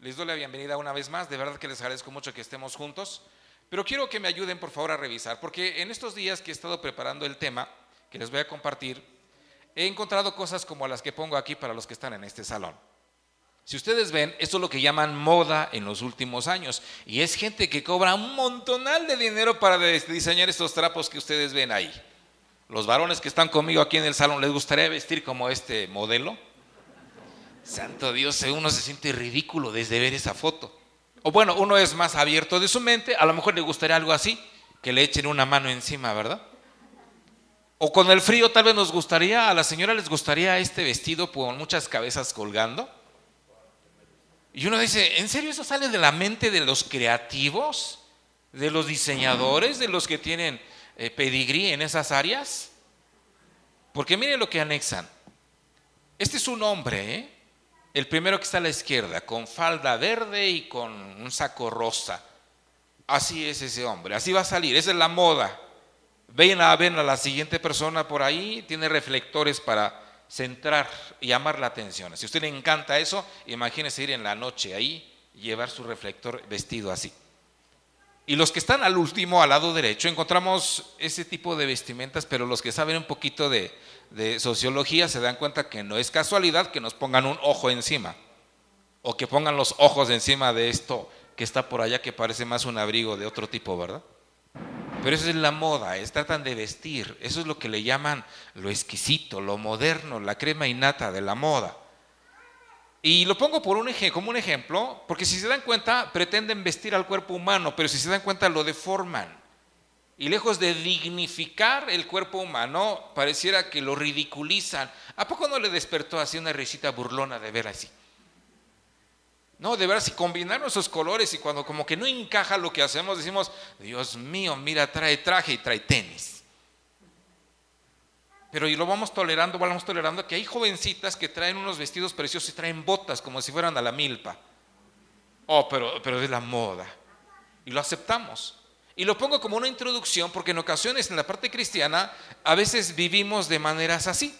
Les doy la bienvenida una vez más, de verdad que les agradezco mucho que estemos juntos, pero quiero que me ayuden por favor a revisar, porque en estos días que he estado preparando el tema que les voy a compartir, he encontrado cosas como las que pongo aquí para los que están en este salón. Si ustedes ven, esto es lo que llaman moda en los últimos años, y es gente que cobra un montonal de dinero para diseñar estos trapos que ustedes ven ahí. Los varones que están conmigo aquí en el salón, ¿les gustaría vestir como este modelo? Santo Dios, uno se siente ridículo desde ver esa foto. O bueno, uno es más abierto de su mente, a lo mejor le gustaría algo así, que le echen una mano encima, ¿verdad? O con el frío tal vez nos gustaría, a la señora les gustaría este vestido con muchas cabezas colgando. Y uno dice, ¿en serio eso sale de la mente de los creativos? ¿De los diseñadores? ¿De los que tienen pedigrí en esas áreas? Porque miren lo que anexan. Este es un hombre, el primero que está a la izquierda, con falda verde y con un saco rosa. Así es ese hombre, así va a salir, esa es la moda. Ven a la siguiente persona por ahí, tiene reflectores para centrar y llamar la atención. Si a usted le encanta eso, imagínese ir en la noche ahí y llevar su reflector vestido así. Y los que están al último, al lado derecho, encontramos ese tipo de vestimentas, pero los que saben un poquito de sociología se dan cuenta que no es casualidad que nos pongan un ojo encima, o que pongan los ojos encima de esto que está por allá, que parece más un abrigo de otro tipo, ¿verdad? Pero eso es la moda, tratan de vestir, eso es lo que le llaman lo exquisito, lo moderno, la crema innata de la moda. Y lo pongo como un ejemplo, porque si se dan cuenta, pretenden vestir al cuerpo humano, pero si se dan cuenta lo deforman. Y lejos de dignificar el cuerpo humano, pareciera que lo ridiculizan. ¿A poco no le despertó así una risita burlona de ver así? No, de verdad, si combinaron esos colores y cuando como que no encaja lo que hacemos, decimos, Dios mío, mira, trae traje y trae tenis. Pero y lo vamos tolerando que hay jovencitas que traen unos vestidos preciosos y traen botas como si fueran a la milpa. Oh, pero es la moda. Y lo aceptamos. Y lo pongo como una introducción porque en ocasiones en la parte cristiana a veces vivimos de maneras así.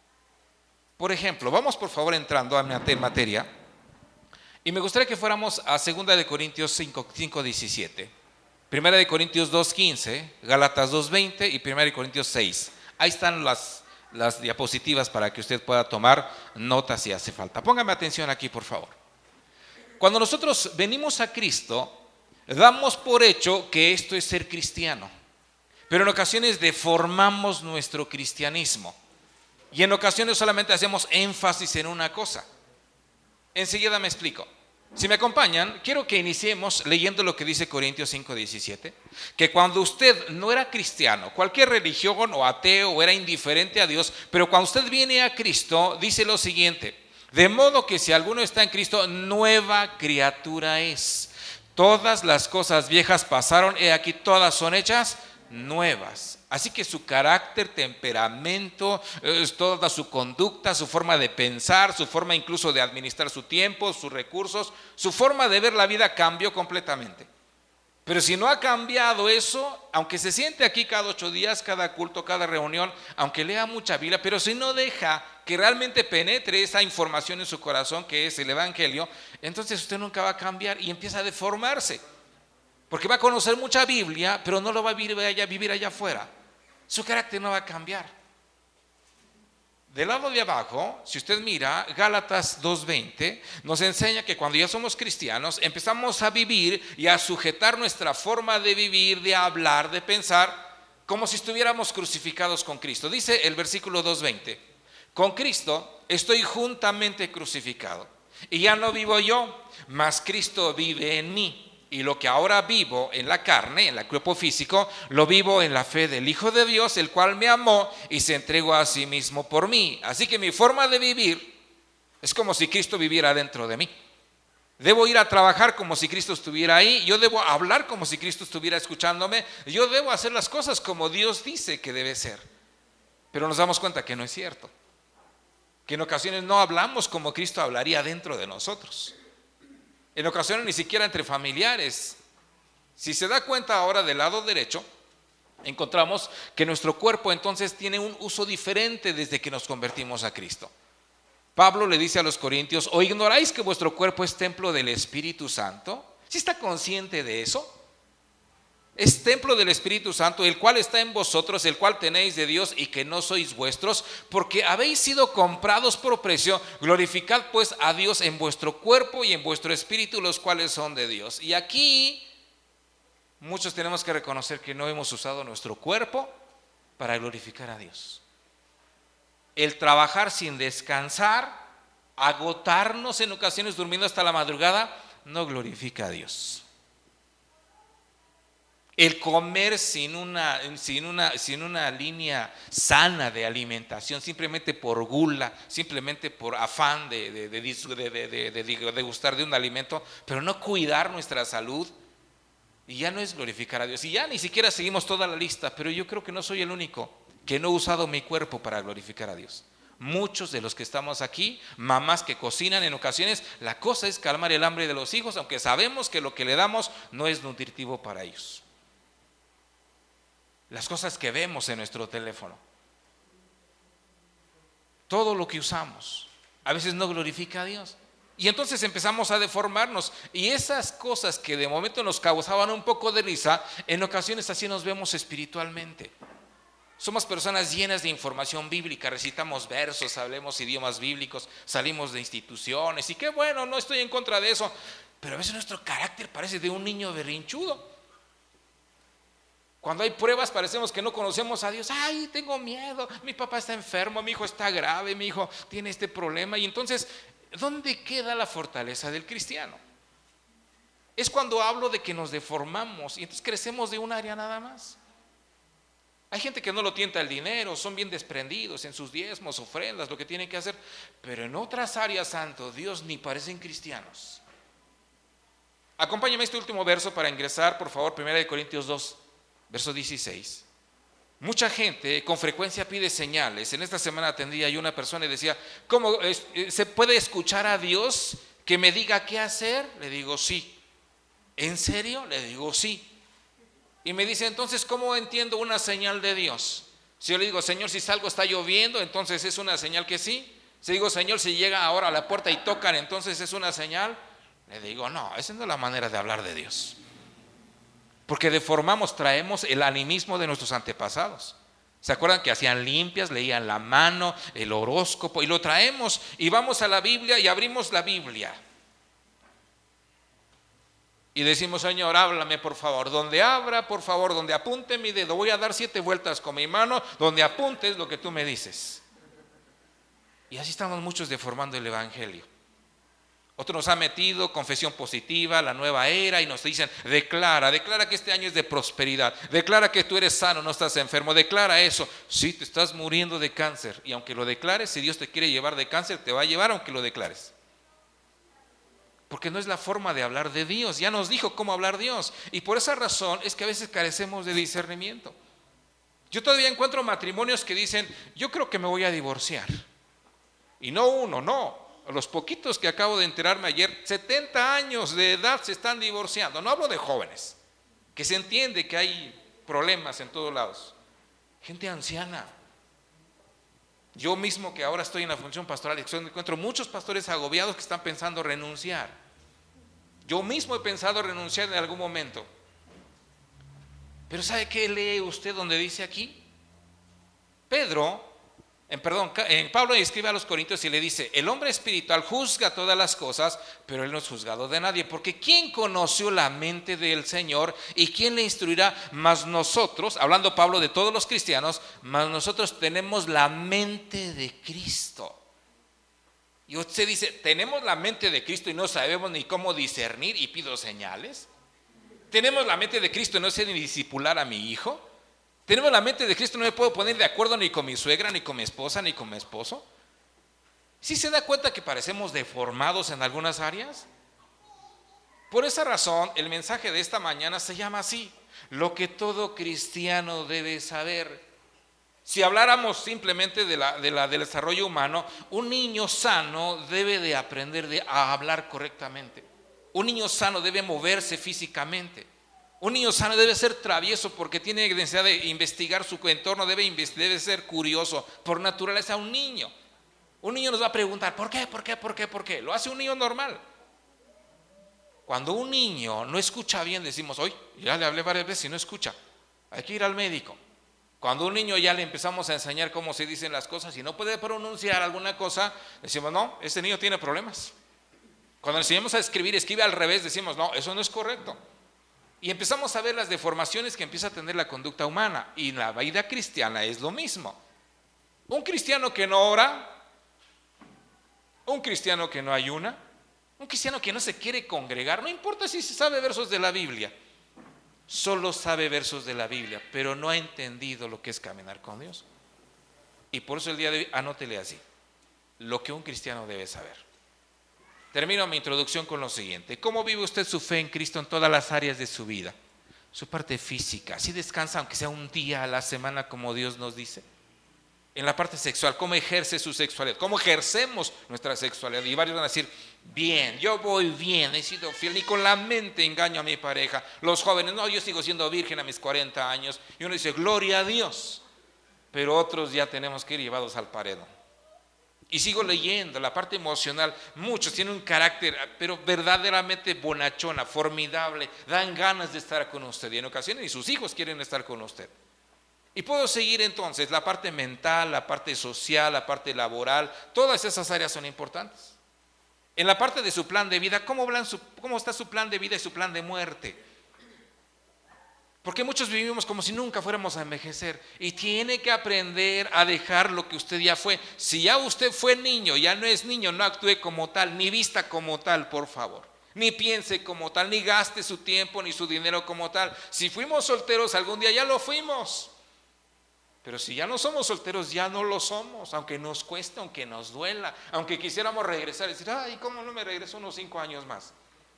Por ejemplo, vamos por favor entrando a materia. Y me gustaría que fuéramos a 2 de Corintios 5:17, 1 de Corintios 2:15, Gálatas 2:20 y 1 de Corintios 6. Ahí están las diapositivas para que usted pueda tomar notas si hace falta. Póngame atención aquí, por favor. Cuando nosotros venimos a Cristo, damos por hecho que esto es ser cristiano, pero en ocasiones deformamos nuestro cristianismo y en ocasiones solamente hacemos énfasis en una cosa. Enseguida me explico. Si me acompañan, quiero que iniciemos leyendo lo que dice Corintios 5:17, que cuando usted no era cristiano, cualquier religión o ateo o era indiferente a Dios, pero cuando usted viene a Cristo, dice lo siguiente: de modo que si alguno está en Cristo, nueva criatura es. Todas las cosas viejas pasaron, he aquí todas son hechas nuevas. Así que su carácter, temperamento, toda su conducta, su forma de pensar, su forma incluso de administrar su tiempo, sus recursos, su forma de ver la vida cambió completamente. Pero si no ha cambiado eso, aunque se siente aquí cada 8 días, cada culto, cada reunión, aunque lea mucha Biblia, pero si no deja que realmente penetre esa información en su corazón que es el Evangelio, entonces usted nunca va a cambiar y empieza a deformarse. Porque va a conocer mucha Biblia, pero no lo va a vivir allá afuera. Su carácter no va a cambiar. Del lado de abajo, si usted mira, Gálatas 2:20 nos enseña que cuando ya somos cristianos, empezamos a vivir y a sujetar nuestra forma de vivir, de hablar, de pensar, como si estuviéramos crucificados con Cristo. Dice el versículo 2:20, con Cristo estoy juntamente crucificado, y ya no vivo yo, mas Cristo vive en mí. Y lo que ahora vivo en la carne, en el cuerpo físico, lo vivo en la fe del Hijo de Dios, el cual me amó y se entregó a sí mismo por mí. Así que mi forma de vivir es como si Cristo viviera dentro de mí. Debo ir a trabajar como si Cristo estuviera ahí. Yo debo hablar como si Cristo estuviera escuchándome. Yo debo hacer las cosas como Dios dice que debe ser. Pero nos damos cuenta que no es cierto. Que en ocasiones no hablamos como Cristo hablaría dentro de nosotros. En ocasiones ni siquiera entre familiares. Si se da cuenta ahora del lado derecho, encontramos que nuestro cuerpo entonces tiene un uso diferente desde que nos convertimos a Cristo. Pablo le dice a los corintios: ¿o ignoráis que vuestro cuerpo es templo del Espíritu Santo? ¿Sí está consciente de eso? Es templo del Espíritu Santo, el cual está en vosotros, el cual tenéis de Dios, y que no sois vuestros, porque habéis sido comprados por precio. Glorificad pues a Dios en vuestro cuerpo y en vuestro espíritu, los cuales son de Dios. Y aquí muchos tenemos que reconocer que no hemos usado nuestro cuerpo para glorificar a Dios. El trabajar sin descansar, agotarnos en ocasiones durmiendo hasta la madrugada, no glorifica a Dios. El comer sin una línea sana de alimentación, simplemente por gula, simplemente por afán de gustar de un alimento, pero no cuidar nuestra salud, y ya no es glorificar a Dios. Y ya ni siquiera seguimos toda la lista, pero yo creo que no soy el único que no he usado mi cuerpo para glorificar a Dios. Muchos de los que estamos aquí, mamás que cocinan en ocasiones, la cosa es calmar el hambre de los hijos, aunque sabemos que lo que le damos no es nutritivo para ellos. Las cosas que vemos en nuestro teléfono, todo lo que usamos, a veces no glorifica a Dios. Y entonces empezamos a deformarnos, y esas cosas que de momento nos causaban un poco de risa, en ocasiones así nos vemos espiritualmente. Somos personas llenas de información bíblica, recitamos versos, hablemos idiomas bíblicos, salimos de instituciones, y qué bueno, no estoy en contra de eso, pero a veces nuestro carácter parece de un niño berrinchudo. Cuando hay pruebas parecemos que no conocemos a Dios. Ay, tengo miedo, mi papá está enfermo, mi hijo está grave, mi hijo tiene este problema. Y entonces, ¿dónde queda la fortaleza del cristiano? Es cuando hablo de que nos deformamos y entonces crecemos de un área nada más. Hay gente que no lo tienta el dinero, son bien desprendidos en sus diezmos, ofrendas, lo que tienen que hacer. Pero en otras áreas, santo Dios, ni parecen cristianos. Acompáñame a este último verso para ingresar, por favor, 1 Corintios 2. Verso 16. Mucha gente con frecuencia pide señales. En esta semana atendía yo una persona y decía: ¿cómo se puede escuchar a Dios que me diga qué hacer? Le digo: sí. ¿En serio? Le digo: sí. Y me dice: entonces, ¿cómo entiendo una señal de Dios? Si yo le digo: Señor, si algo está lloviendo, entonces es una señal que sí. Si digo: Señor, si llega ahora a la puerta y tocan, entonces es una señal. Le digo: no, esa no es la manera de hablar de Dios. Porque deformamos, traemos el animismo de nuestros antepasados. ¿Se acuerdan que hacían limpias, leían la mano, el horóscopo? Y lo traemos y vamos a la Biblia y abrimos la Biblia. Y decimos: Señor, háblame por favor. Donde abra, por favor, donde apunte mi dedo, voy a dar 7 vueltas con mi mano, donde apuntes lo que tú me dices. Y así estamos muchos deformando el evangelio. Otro nos ha metido confesión positiva, la nueva era, y nos dicen: declara que este año es de prosperidad, declara que tú eres sano, no estás enfermo, declara eso. Sí, te estás muriendo de cáncer, y aunque lo declares, si Dios te quiere llevar de cáncer, te va a llevar aunque lo declares. Porque no es la forma de hablar de Dios, ya nos dijo cómo hablar Dios, y por esa razón es que a veces carecemos de discernimiento. Yo todavía encuentro matrimonios que dicen: yo creo que me voy a divorciar, y no uno, no. Los poquitos que acabo de enterarme ayer, 70 años de edad se están divorciando. No hablo de jóvenes, que se entiende que hay problemas en todos lados. Gente anciana. Yo mismo, que ahora estoy en la función pastoral, encuentro muchos pastores agobiados que están pensando renunciar. Yo mismo he pensado renunciar en algún momento. Pero ¿sabe qué lee usted donde dice aquí? Pablo escribe a los Corintios y le dice: el hombre espiritual juzga todas las cosas, pero él no es juzgado de nadie, porque ¿quién conoció la mente del Señor y quién le instruirá? Mas nosotros, hablando Pablo de todos los cristianos, mas nosotros tenemos la mente de Cristo. Y usted dice: tenemos la mente de Cristo y no sabemos ni cómo discernir y pido señales. Tenemos la mente de Cristo y no sé ni discipular a mi hijo. Tenemos la mente de Cristo, no me puedo poner de acuerdo ni con mi suegra, ni con mi esposa, ni con mi esposo. ¿Sí se da cuenta que parecemos deformados en algunas áreas? Por esa razón, el mensaje de esta mañana se llama así: lo que todo cristiano debe saber. Si habláramos simplemente del desarrollo humano, un niño sano debe de aprender a hablar correctamente. Un niño sano debe moverse físicamente. Un niño sano debe ser travieso porque tiene necesidad de investigar su entorno, debe ser curioso por naturaleza un niño. Un niño nos va a preguntar, ¿por qué? ¿Por qué? ¿Por qué? ¿Por qué? Lo hace un niño normal. Cuando un niño no escucha bien, decimos, hoy ya le hablé varias veces y no escucha, hay que ir al médico. Cuando a un niño ya le empezamos a enseñar cómo se dicen las cosas y no puede pronunciar alguna cosa, decimos, no, este niño tiene problemas. Cuando le enseñamos a escribir, escribe al revés, decimos, no, eso no es correcto. Y empezamos a ver las deformaciones que empieza a tener la conducta humana. Y la vida cristiana es lo mismo. Un cristiano que no ora, un cristiano que no ayuna, un cristiano que no se quiere congregar, no importa si se sabe versos de la Biblia, solo sabe versos de la Biblia, pero no ha entendido lo que es caminar con Dios. Y por eso el día de hoy, anótele así, lo que un cristiano debe saber. Termino mi introducción con lo siguiente: ¿cómo vive usted su fe en Cristo en todas las áreas de su vida? Su parte física, ¿sí descansa aunque sea un día a la semana como Dios nos dice? En la parte sexual, ¿cómo ejerce su sexualidad? ¿Cómo ejercemos nuestra sexualidad? Y varios van a decir, bien, yo voy bien, he sido fiel, ni con la mente engaño a mi pareja. Los jóvenes, no, yo sigo siendo virgen a mis 40 años. Y uno dice, gloria a Dios. Pero otros ya tenemos que ir llevados al paredón. Y sigo leyendo, la parte emocional, muchos tienen un carácter, pero verdaderamente bonachona, formidable, dan ganas de estar con usted. Y en ocasiones ni sus hijos quieren estar con usted. Y puedo seguir entonces, la parte mental, la parte social, la parte laboral, todas esas áreas son importantes. En la parte de su plan de vida, ¿cómo está su plan de vida y su plan de muerte? Porque muchos vivimos como si nunca fuéramos a envejecer y tiene que aprender a dejar lo que usted ya fue. Si ya usted fue niño, ya no es niño, no actúe como tal, ni vista como tal, por favor. Ni piense como tal, ni gaste su tiempo ni su dinero como tal. Si fuimos solteros algún día, ya lo fuimos. Pero si ya no somos solteros, ya no lo somos, aunque nos cueste, aunque nos duela, aunque quisiéramos regresar y decir, ay, ¿cómo no me regreso unos 5 años más?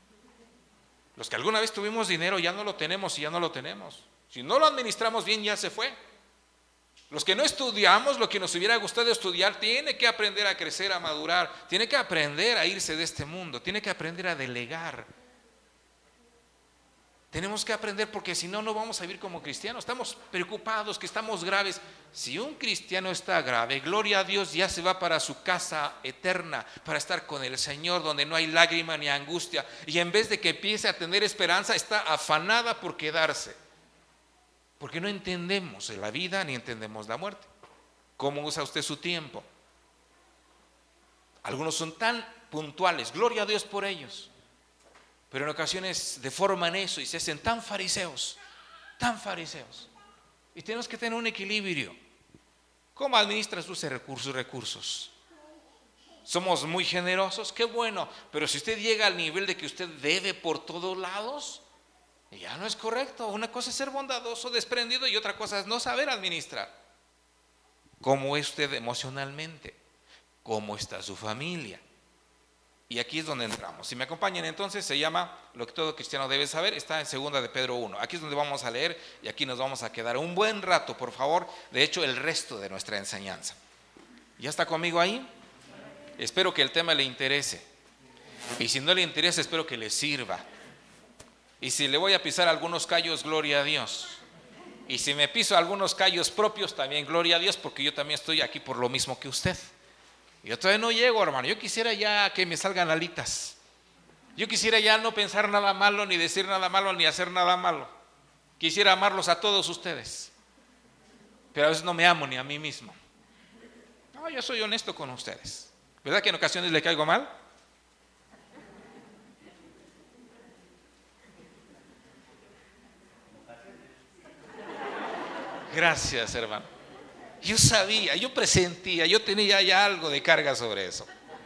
Los que alguna vez tuvimos dinero ya no lo tenemos y ya no lo tenemos. Si no lo administramos bien, ya se fue. Los que no estudiamos lo que nos hubiera gustado estudiar, tiene que aprender a crecer, a madurar, tiene que aprender a irse de este mundo, tiene que aprender a delegar. Tenemos que aprender, porque si no, no vamos a vivir como cristianos. Estamos preocupados, que estamos graves. Si un cristiano está grave, gloria a Dios, ya se va para su casa eterna, para estar con el Señor, donde no hay lágrima ni angustia. Y en vez de que empiece a tener esperanza, está afanada por quedarse. Porque no entendemos la vida ni entendemos la muerte. ¿Cómo usa usted su tiempo? Algunos son tan puntuales, gloria a Dios por ellos. Pero en ocasiones deforman eso y se hacen tan fariseos. Y tenemos que tener un equilibrio. ¿Cómo administra sus recursos? Somos muy generosos, qué bueno, pero si usted llega al nivel de que usted debe por todos lados, ya no es correcto. Una cosa es ser bondadoso, desprendido, y otra cosa es no saber administrar. ¿Cómo es usted emocionalmente? ¿Cómo está su familia? Y aquí es donde entramos. Si me acompañan entonces, se llama Lo que todo cristiano debe saber. Está en 2 de Pedro 1. Aquí es donde vamos a leer y aquí nos vamos a quedar un buen rato, por favor. De hecho, el resto de nuestra enseñanza. ¿Ya está conmigo ahí? Espero que el tema le interese. Y si no le interesa, espero que le sirva. Y si le voy a pisar algunos callos, gloria a Dios. Y si me piso algunos callos propios, también gloria a Dios, porque yo también estoy aquí por lo mismo que usted. Yo todavía no llego, hermano. Yo quisiera ya que me salgan alitas. Yo quisiera ya no pensar nada malo, ni decir nada malo, ni hacer nada malo. Quisiera amarlos a todos ustedes. Pero a veces no me amo ni a mí mismo. No, yo soy honesto con ustedes. ¿Verdad que en ocasiones le caigo mal? Gracias, hermano. Yo sabía, yo presentía, yo tenía ya algo de carga sobre eso.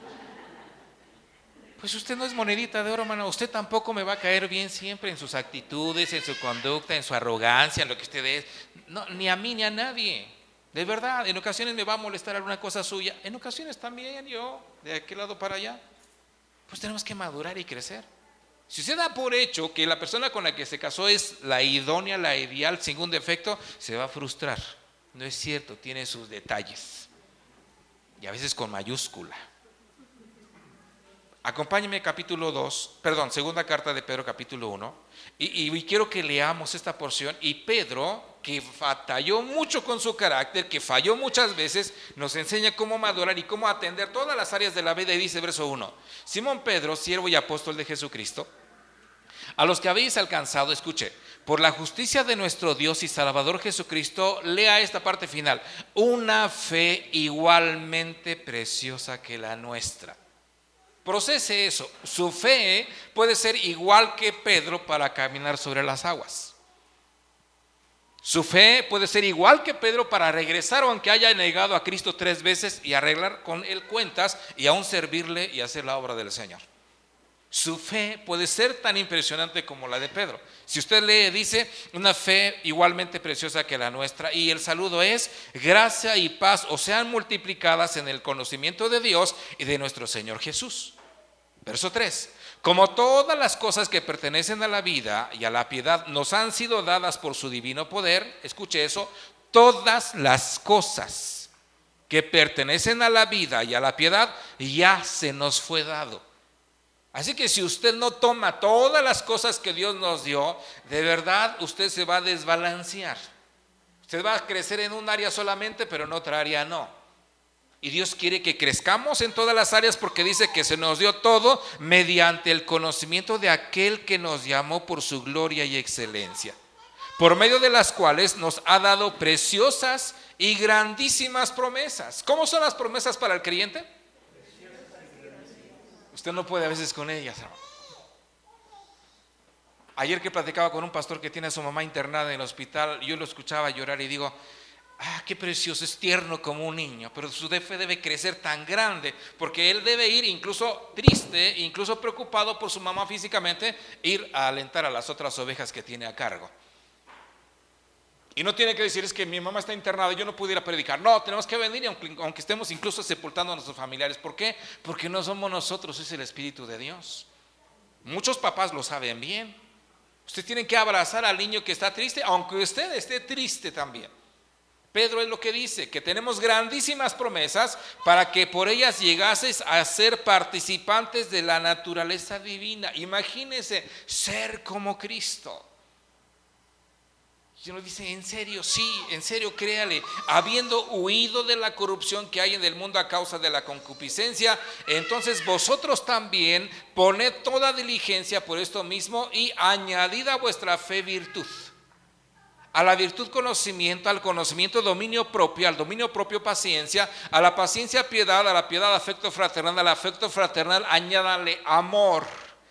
Pues usted no es monedita de oro, hermano. Usted tampoco me va a caer bien siempre en sus actitudes, en su conducta, en su arrogancia, en lo que usted es. No, ni a mí ni a nadie. De verdad, en ocasiones me va a molestar alguna cosa suya. En ocasiones también yo, de aquel lado para allá. Pues tenemos que madurar y crecer. Si usted da por hecho que la persona con la que se casó es la idónea, la ideal, sin un defecto, se va a frustrar. No es cierto, tiene sus detalles. Y a veces con mayúscula. Acompáñeme segunda carta de Pedro capítulo 1. Y quiero que leamos esta porción. Y Pedro que batalló mucho con su carácter, que falló muchas veces, nos enseña cómo madurar y cómo atender todas las áreas de la vida. Y dice verso 1, Simón Pedro, siervo y apóstol de Jesucristo, a los que habéis alcanzado, escuche, por la justicia de nuestro Dios y Salvador Jesucristo, lea esta parte final, una fe igualmente preciosa que la nuestra. Procese eso. Su fe puede ser igual que Pedro para caminar sobre las aguas. Su fe puede ser igual que Pedro para regresar, aunque haya negado a Cristo 3 veces, y arreglar con él cuentas y aún servirle y hacer la obra del Señor. Su fe puede ser tan impresionante como la de Pedro. Si usted lee, dice, una fe igualmente preciosa que la nuestra, y el saludo es, gracia y paz os sean multiplicadas en el conocimiento de Dios y de nuestro Señor Jesús. Verso 3, como todas las cosas que pertenecen a la vida y a la piedad nos han sido dadas por su divino poder, escuche eso, todas las cosas que pertenecen a la vida y a la piedad ya se nos fue dado. Así que si usted no toma todas las cosas que Dios nos dio, de verdad usted se va a desbalancear. Usted va a crecer en un área solamente, pero en otra área no. Y Dios quiere que crezcamos en todas las áreas porque dice que se nos dio todo mediante el conocimiento de aquel que nos llamó por su gloria y excelencia, por medio de las cuales nos ha dado preciosas y grandísimas promesas. ¿Cómo son las promesas para el creyente? Usted no puede a veces con ellas, hermano. Ayer que platicaba con un pastor que tiene a su mamá internada en el hospital, yo lo escuchaba llorar y digo, qué precioso, es tierno como un niño, pero su fe debe crecer tan grande, porque él debe ir incluso triste, incluso preocupado por su mamá físicamente, ir a alentar a las otras ovejas que tiene a cargo. Y no tiene que decir, es que mi mamá está internada y yo no pudiera predicar. No, tenemos que venir aunque estemos incluso sepultando a nuestros familiares. ¿Por qué? Porque no somos nosotros, es el Espíritu de Dios. Muchos papás lo saben bien. Usted tiene que abrazar al niño que está triste, aunque usted esté triste también. Pedro es lo que dice, que tenemos grandísimas promesas para que por ellas llegases a ser participantes de la naturaleza divina. Imagínese ser como Cristo. Y uno dice, en serio, sí, en serio, créale, habiendo huido de la corrupción que hay en el mundo a causa de la concupiscencia, entonces vosotros también poned toda diligencia por esto mismo y añadid a vuestra fe virtud. A la virtud conocimiento, al conocimiento dominio propio, al dominio propio paciencia, a la paciencia piedad, a la piedad afecto fraternal, al afecto fraternal añádale amor.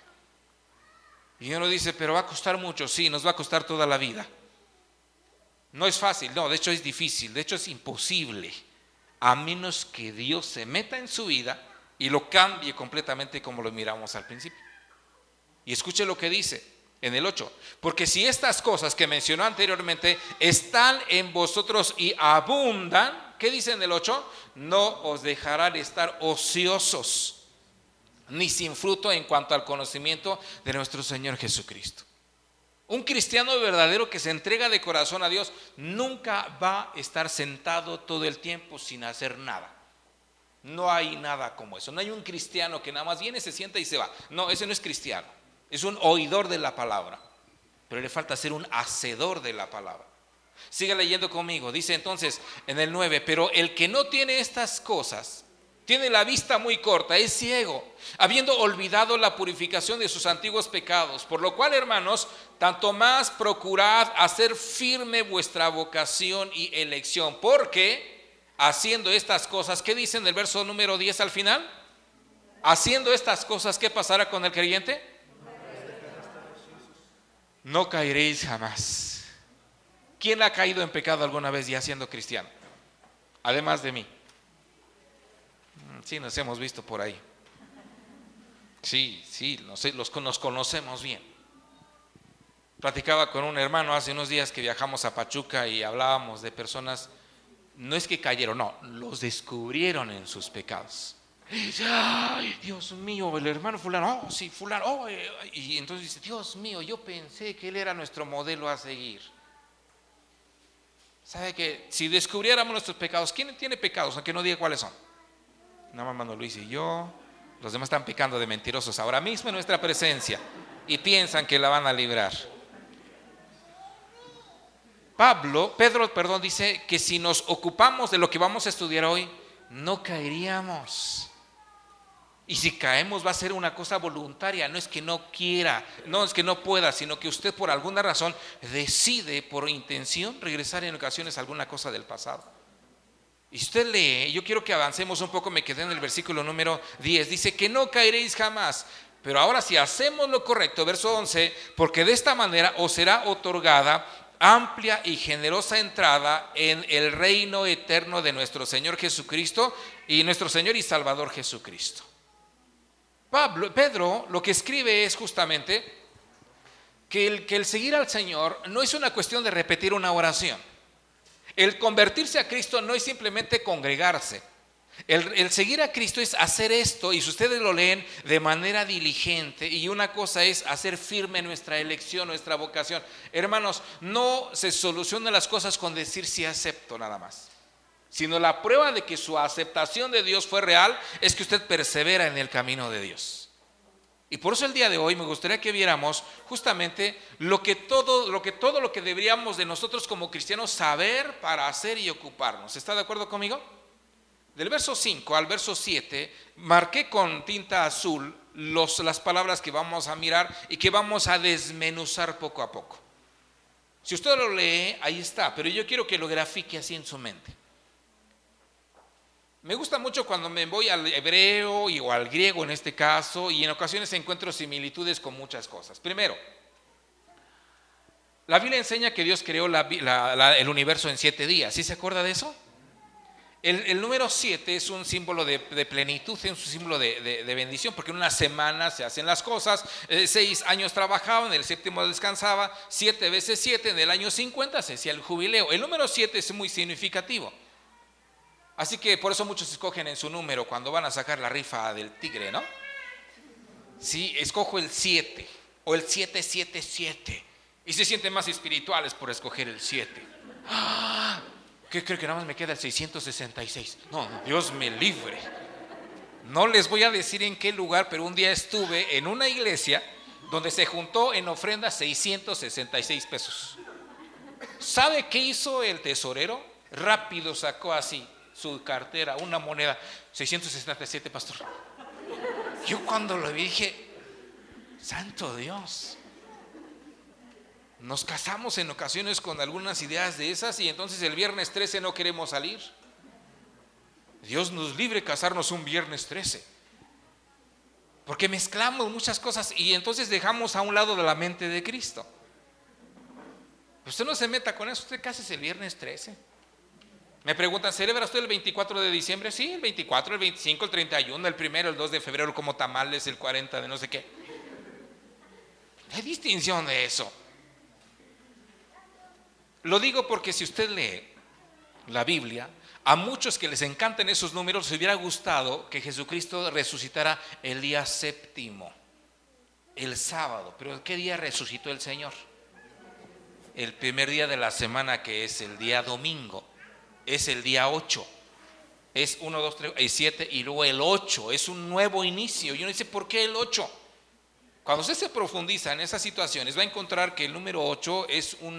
Y uno dice, pero va a costar mucho. Sí, nos va a costar toda la vida. No es fácil, no, de hecho es difícil, de hecho es imposible, a menos que Dios se meta en su vida y lo cambie completamente como lo miramos al principio. Y escuche lo que dice en el 8, porque si estas cosas que mencionó anteriormente están en vosotros y abundan, ¿qué dice en el 8? No os dejarán estar ociosos, ni sin fruto en cuanto al conocimiento de nuestro Señor Jesucristo. Un cristiano verdadero que se entrega de corazón a Dios nunca va a estar sentado todo el tiempo sin hacer nada. No hay nada como eso. No hay un cristiano que nada más viene, se sienta y se va. No, ese no es cristiano. Es un oidor de la palabra, pero le falta ser un hacedor de la palabra. Sigue leyendo conmigo. Dice entonces en el 9, pero el que no tiene estas cosas tiene la vista muy corta, es ciego, habiendo olvidado la purificación de sus antiguos pecados. Por lo cual, hermanos, tanto más procurad hacer firme vuestra vocación y elección. Porque haciendo estas cosas, ¿qué dice en el verso número 10 al final? Haciendo estas cosas, ¿qué pasará con el creyente? No caeréis jamás. ¿Quién ha caído en pecado alguna vez ya siendo cristiano? Además de mí. Sí, nos hemos visto por ahí. Sí, nos conocemos bien. Platicaba con un hermano hace unos días que viajamos a Pachuca y hablábamos de personas, no es que cayeron, no, los descubrieron en sus pecados. Y dice, ay, Dios mío, el hermano fulano, sí, fulano, y entonces dice, Dios mío, yo pensé que él era nuestro modelo a seguir. ¿Sabe que si descubriéramos nuestros pecados, quién tiene pecados, aunque no diga cuáles son? Nada más hermano Luis y yo. Los demás están pecando de mentirosos ahora mismo en nuestra presencia y piensan que la van a librar. Pedro, dice que si nos ocupamos de lo que vamos a estudiar hoy, no caeríamos. Y si caemos va a ser una cosa voluntaria, no es que no quiera, no es que no pueda, sino que usted por alguna razón decide por intención regresar en ocasiones a alguna cosa del pasado. Y usted lee, yo quiero que avancemos un poco, me quedé en el versículo número 10, dice que no caeréis jamás, pero ahora si hacemos lo correcto, verso 11, porque de esta manera os será otorgada amplia y generosa entrada en el reino eterno de nuestro Señor Jesucristo y nuestro Señor y Salvador Jesucristo. Pedro lo que escribe es justamente que el seguir al Señor no es una cuestión de repetir una oración. El convertirse a Cristo no es simplemente congregarse. El seguir a Cristo es hacer esto, y si ustedes lo leen, de manera diligente. Y una cosa es hacer firme nuestra elección, nuestra vocación. Hermanos, no se solucionan las cosas con decir sí acepto nada más, sino la prueba de que su aceptación de Dios fue real es que usted persevera en el camino de Dios. Y por eso el día de hoy me gustaría que viéramos justamente todo lo que deberíamos de nosotros como cristianos saber para hacer y ocuparnos. ¿Está de acuerdo conmigo? Del verso 5 al verso 7 marqué con tinta azul las palabras que vamos a mirar y que vamos a desmenuzar poco a poco. Si usted lo lee, ahí está, pero yo quiero que lo grafique así en su mente. Me gusta mucho cuando me voy al hebreo o al griego en este caso, y en ocasiones encuentro similitudes con muchas cosas. Primero, la Biblia enseña que Dios creó el universo en 7 días. ¿Sí se acuerda de eso? El número 7 es un símbolo de plenitud, es un símbolo de bendición, porque en una semana se hacen las cosas. 6 años trabajaba, en el 7º descansaba. 7 veces 7, en el año 50 se hacía el jubileo. El número 7 es muy significativo. Así que por eso muchos escogen en su número cuando van a sacar la rifa del tigre, ¿no? Sí, escojo el 7 o el 777 y se sienten más espirituales por escoger el 7. ¿Qué creo que nada más me queda el 666? No, Dios me libre. No les voy a decir en qué lugar, pero un día estuve en una iglesia donde se juntó en ofrenda 666 pesos. ¿Sabe qué hizo el tesorero? Rápido sacó así su cartera, una moneda, 667, pastor. Yo cuando lo vi dije, santo Dios. Nos casamos en ocasiones con algunas ideas de esas y entonces el viernes 13 no queremos salir. Dios nos libre casarnos un viernes 13. Porque mezclamos muchas cosas y entonces dejamos a un lado de la mente de Cristo. Usted no se meta con eso, usted cásese el viernes 13. Me preguntan, ¿celebra usted el 24 de diciembre? Sí, el 24, el 25, el 31, el 1, el 2 de febrero como tamales, el 40 de no sé qué. ¿Qué distinción de eso? Lo digo porque si usted lee la Biblia, a muchos que les encantan esos números les hubiera gustado que Jesucristo resucitara el día 7º, el sábado. Pero ¿qué día resucitó el Señor? El primer día de la semana, que es el día domingo. Es el día 8, es 1, 2, 3, 7 y luego el 8, es un nuevo inicio. Y uno dice, ¿por qué el 8? Cuando usted se profundiza en esas situaciones va a encontrar que el número 8 es un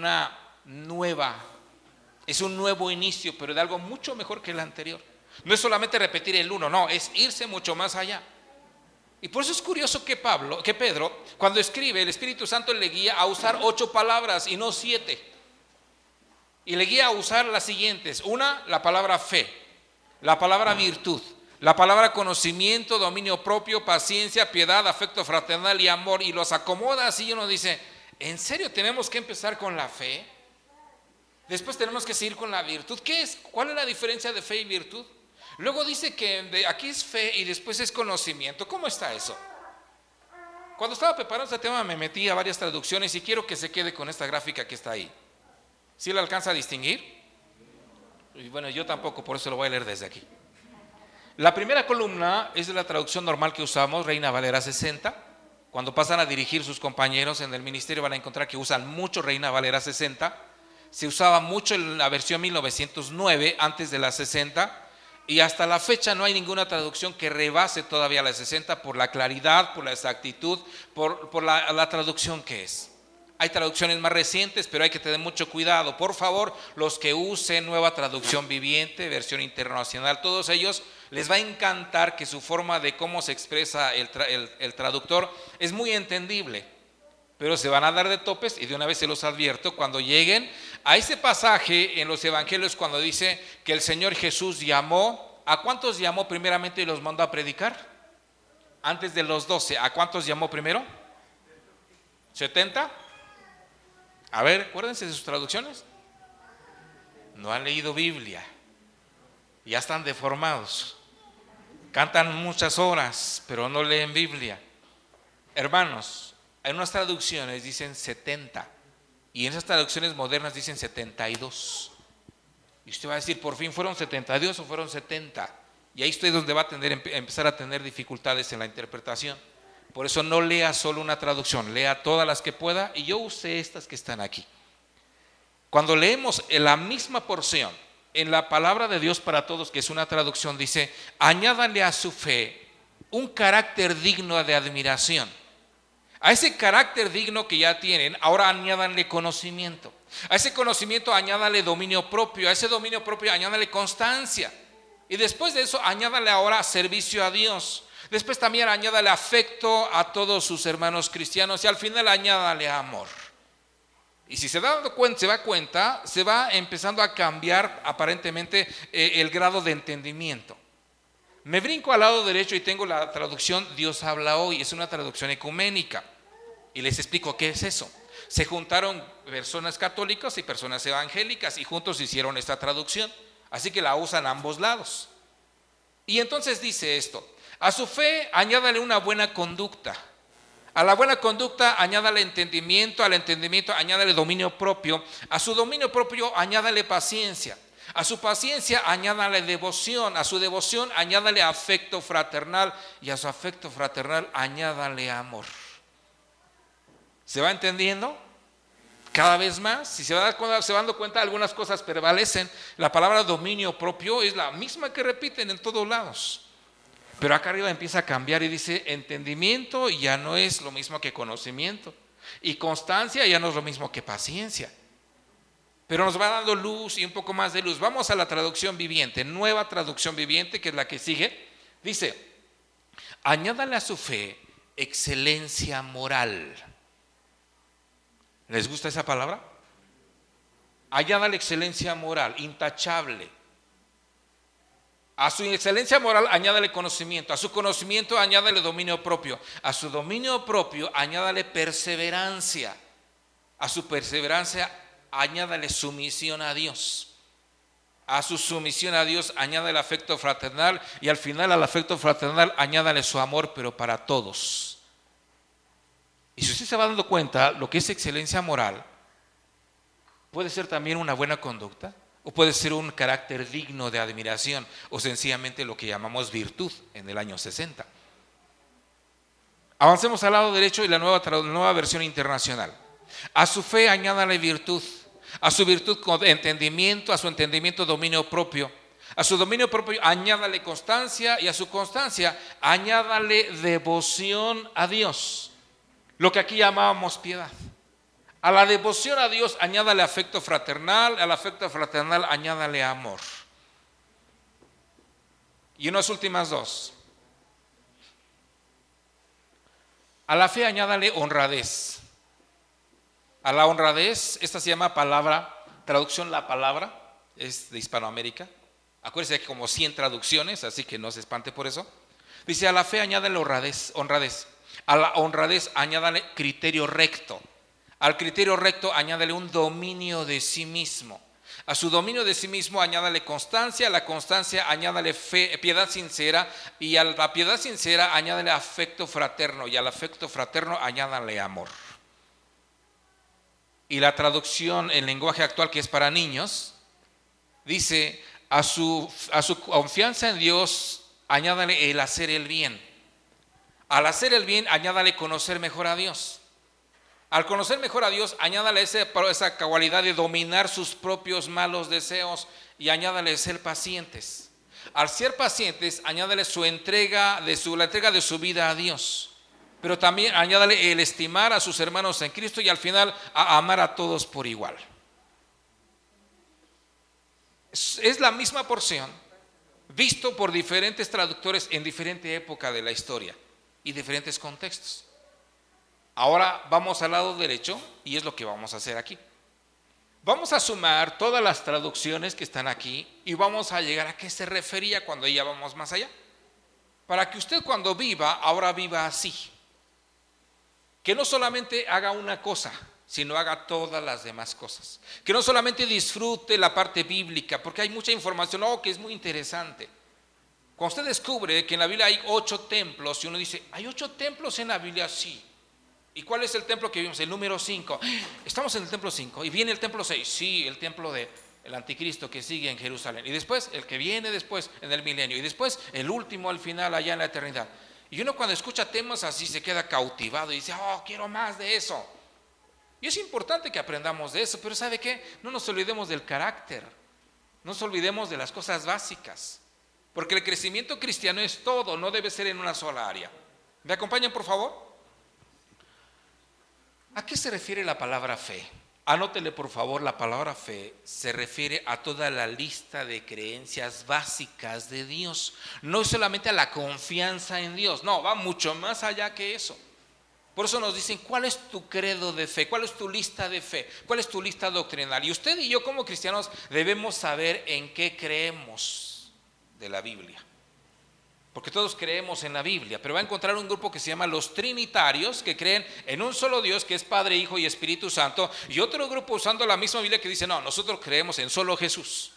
nuevo inicio, pero de algo mucho mejor que el anterior. No es solamente repetir el 1, no, es irse mucho más allá. Y por eso es curioso que Pedro, cuando escribe, el Espíritu Santo le guía a usar 8 palabras y no 7. Y le guía a usar las siguientes: una, la palabra fe, la palabra virtud, la palabra conocimiento, dominio propio, paciencia, piedad, afecto fraternal y amor. Y los acomoda así y uno dice, ¿en serio tenemos que empezar con la fe? Después tenemos que seguir con la virtud. ¿Qué es? ¿Cuál es la diferencia de fe y virtud? Luego dice que aquí es fe y después es conocimiento. ¿Cómo está eso? Cuando estaba preparando este tema me metí a varias traducciones y quiero que se quede con esta gráfica que está ahí. ¿Sí la alcanza a distinguir? Y bueno, yo tampoco, por eso lo voy a leer desde aquí. La primera columna es de la traducción normal que usamos, Reina Valera 60. Cuando pasan a dirigir sus compañeros en el ministerio van a encontrar que usan mucho Reina Valera 60. Se usaba mucho en la versión 1909, antes de la 60. Y hasta la fecha no hay ninguna traducción que rebase todavía la 60 por la claridad, por la exactitud, por la traducción que es. Hay traducciones más recientes, pero hay que tener mucho cuidado. Por favor, los que usen Nueva Traducción Viviente, versión internacional, todos ellos les va a encantar que su forma de cómo se expresa el traductor es muy entendible. Pero se van a dar de topes, y de una vez se los advierto, cuando lleguen a ese pasaje en los evangelios cuando dice que el Señor Jesús llamó, ¿a cuántos llamó primeramente y los mandó a predicar? Antes de los 12, ¿a cuántos llamó primero? ¿70? A ver, acuérdense de sus traducciones. No han leído Biblia, ya están deformados, cantan muchas horas, pero no leen Biblia. Hermanos, en unas traducciones dicen 70 y en esas traducciones modernas dicen 72. Y usted va a decir, ¿por fin fueron 72 o fueron 70? Y ahí usted es donde va a empezar a tener dificultades en la interpretación. Por eso no lea solo una traducción, lea todas las que pueda, y yo usé estas que están aquí. Cuando leemos la misma porción en la palabra de Dios para todos, que es una traducción, dice: añádale a su fe un carácter digno de admiración. A ese carácter digno que ya tienen, ahora añádanle conocimiento. A ese conocimiento añádale dominio propio. A ese dominio propio añádale constancia. Y después de eso añádale ahora servicio a Dios. Después también añádale afecto a todos sus hermanos cristianos. Y al final añádale amor. Y si se da cuenta, se va empezando a cambiar aparentemente el grado de entendimiento. Me brinco al lado derecho y tengo la traducción Dios habla hoy. Es una traducción ecuménica. Y les explico qué es eso. Se juntaron personas católicas y personas evangélicas y juntos hicieron esta traducción. Así que la usan ambos lados. Y entonces dice esto: a su fe añádale una buena conducta. A la buena conducta añádale entendimiento. Al entendimiento añádale dominio propio. A su dominio propio añádale paciencia. A su paciencia añádale devoción. A su devoción añádale afecto fraternal. Y a su afecto fraternal añádale amor. ¿Se va entendiendo? Cada vez más, si se va dando cuenta, algunas cosas prevalecen. La palabra dominio propio es la misma que repiten en todos lados. Pero acá arriba empieza a cambiar y dice: entendimiento ya no es lo mismo que conocimiento. Y constancia ya no es lo mismo que paciencia. Pero nos va dando luz y un poco más de luz. Vamos a la traducción viviente, Nueva Traducción Viviente, que es la que sigue. Dice: añádale a su fe excelencia moral. ¿Les gusta esa palabra? Añádale excelencia moral, intachable. A su excelencia moral añádale conocimiento. A su conocimiento añádale dominio propio. A su dominio propio añádale perseverancia. A su perseverancia añádale sumisión a Dios. A su sumisión a Dios añádale afecto fraternal. Y al final al afecto fraternal añádale su amor, pero para todos. Y si usted se va dando cuenta, lo que es excelencia moral puede ser también una buena conducta, o puede ser un carácter digno de admiración, o sencillamente lo que llamamos virtud en el año 60. Avancemos al lado derecho y la nueva versión internacional. A su fe añádale virtud, a su virtud entendimiento, a su entendimiento dominio propio, a su dominio propio añádale constancia, y a su constancia añádale devoción a Dios. Lo que aquí llamábamos piedad. A la devoción a Dios añádale afecto fraternal, al afecto fraternal añádale amor. Y unas últimas dos. A la fe añádale honradez. A la honradez, esta se llama palabra, traducción la palabra, es de Hispanoamérica. Acuérdense que hay como 100 traducciones, así que no se espante por eso. Dice: a la fe añádale honradez. A la honradez añádale criterio recto. Al criterio recto añádale un dominio de sí mismo. A su dominio de sí mismo añádale constancia. A la constancia añádale fe, piedad sincera. Y a la piedad sincera añádale afecto fraterno. Y al afecto fraterno añádale amor. Y la traducción en lenguaje actual, que es para niños, dice: a su confianza en Dios añádale el hacer el bien. Al hacer el bien, añádale conocer mejor a Dios. Al conocer mejor a Dios, añádale esa cualidad de dominar sus propios malos deseos, y añádale ser pacientes. Al ser pacientes, añádale la entrega de su vida a Dios. Pero también añádale el estimar a sus hermanos en Cristo y al final a amar a todos por igual. Es la misma porción, visto por diferentes traductores en diferente época de la historia y diferentes contextos. Ahora vamos al lado derecho y es lo que vamos a hacer aquí. Vamos a sumar todas las traducciones que están aquí y vamos a llegar a qué se refería cuando ya vamos más allá. Para que usted cuando viva, ahora viva así. Que no solamente haga una cosa, sino haga todas las demás cosas. Que no solamente disfrute la parte bíblica, porque hay mucha información, que es muy interesante. Cuando usted descubre que en la Biblia hay 8 templos, y uno dice, ¿hay 8 templos en la Biblia? Sí. ¿Y cuál es el templo que vimos? El número 5. Estamos en el templo 5. ¿Y viene el templo 6? Sí, el templo del anticristo que sigue en Jerusalén. Y después, el que viene después en el milenio. Y después, el último al final allá en la eternidad. Y uno cuando escucha temas así se queda cautivado y dice, quiero más de eso. Y es importante que aprendamos de eso, pero ¿sabe qué? No nos olvidemos del carácter. No nos olvidemos de las cosas básicas. Porque el crecimiento cristiano es todo, no debe ser en una sola área. ¿Me acompañan, por favor? ¿A qué se refiere la palabra fe? Anótele por favor, la palabra fe se refiere a toda la lista de creencias básicas de Dios. No es solamente a la confianza en Dios, no, va mucho más allá que eso. Por eso nos dicen, ¿cuál es tu credo de fe? ¿Cuál es tu lista de fe? ¿Cuál es tu lista doctrinal? Y usted y yo como cristianos debemos saber en qué creemos de la Biblia. Porque todos creemos en la Biblia, pero va a encontrar un grupo que se llama los trinitarios, que creen en un solo Dios que es Padre, Hijo y Espíritu Santo, y otro grupo usando la misma Biblia que dice, no, nosotros creemos en solo Jesús.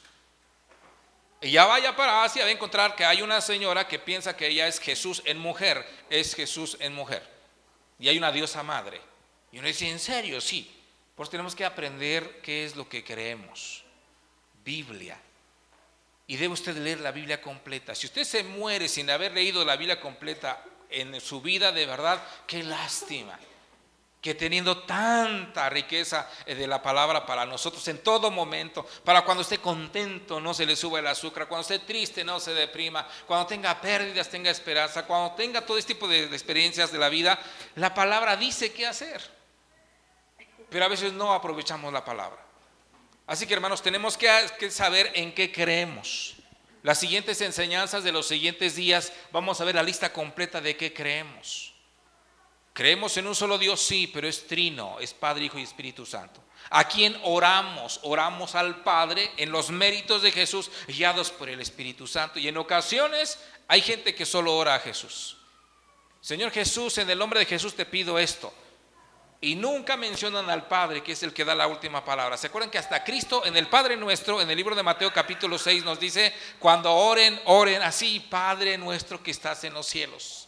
Y ya vaya para Asia, va a encontrar que hay una señora que piensa que ella es Jesús en mujer, es Jesús en mujer, y hay una diosa madre. Y uno dice, ¿en serio? Sí. Pues tenemos que aprender qué es lo que creemos. Biblia. Y debe usted leer la Biblia completa. Si usted se muere sin haber leído la Biblia completa en su vida, de verdad, qué lástima. Que teniendo tanta riqueza de la palabra para nosotros en todo momento, para cuando esté contento no se le suba el azúcar, cuando esté triste no se deprima, cuando tenga pérdidas tenga esperanza, cuando tenga todo este tipo de experiencias de la vida, la palabra dice qué hacer. Pero a veces no aprovechamos la palabra. Así que hermanos, tenemos que saber en qué creemos. Las siguientes enseñanzas de los siguientes días vamos a ver la lista completa de qué creemos. Creemos en un solo Dios, sí, pero es trino, es Padre, Hijo y Espíritu Santo. ¿A quién oramos? Oramos al Padre en los méritos de Jesús, guiados por el Espíritu Santo. Y en ocasiones hay gente que solo ora a Jesús. Señor Jesús, en el nombre de Jesús te pido esto. Y nunca mencionan al Padre, que es el que da la última palabra. ¿Se acuerdan que hasta Cristo en el Padre Nuestro, en el libro de Mateo capítulo 6 nos dice, cuando oren, oren así, Padre nuestro que estás en los cielos?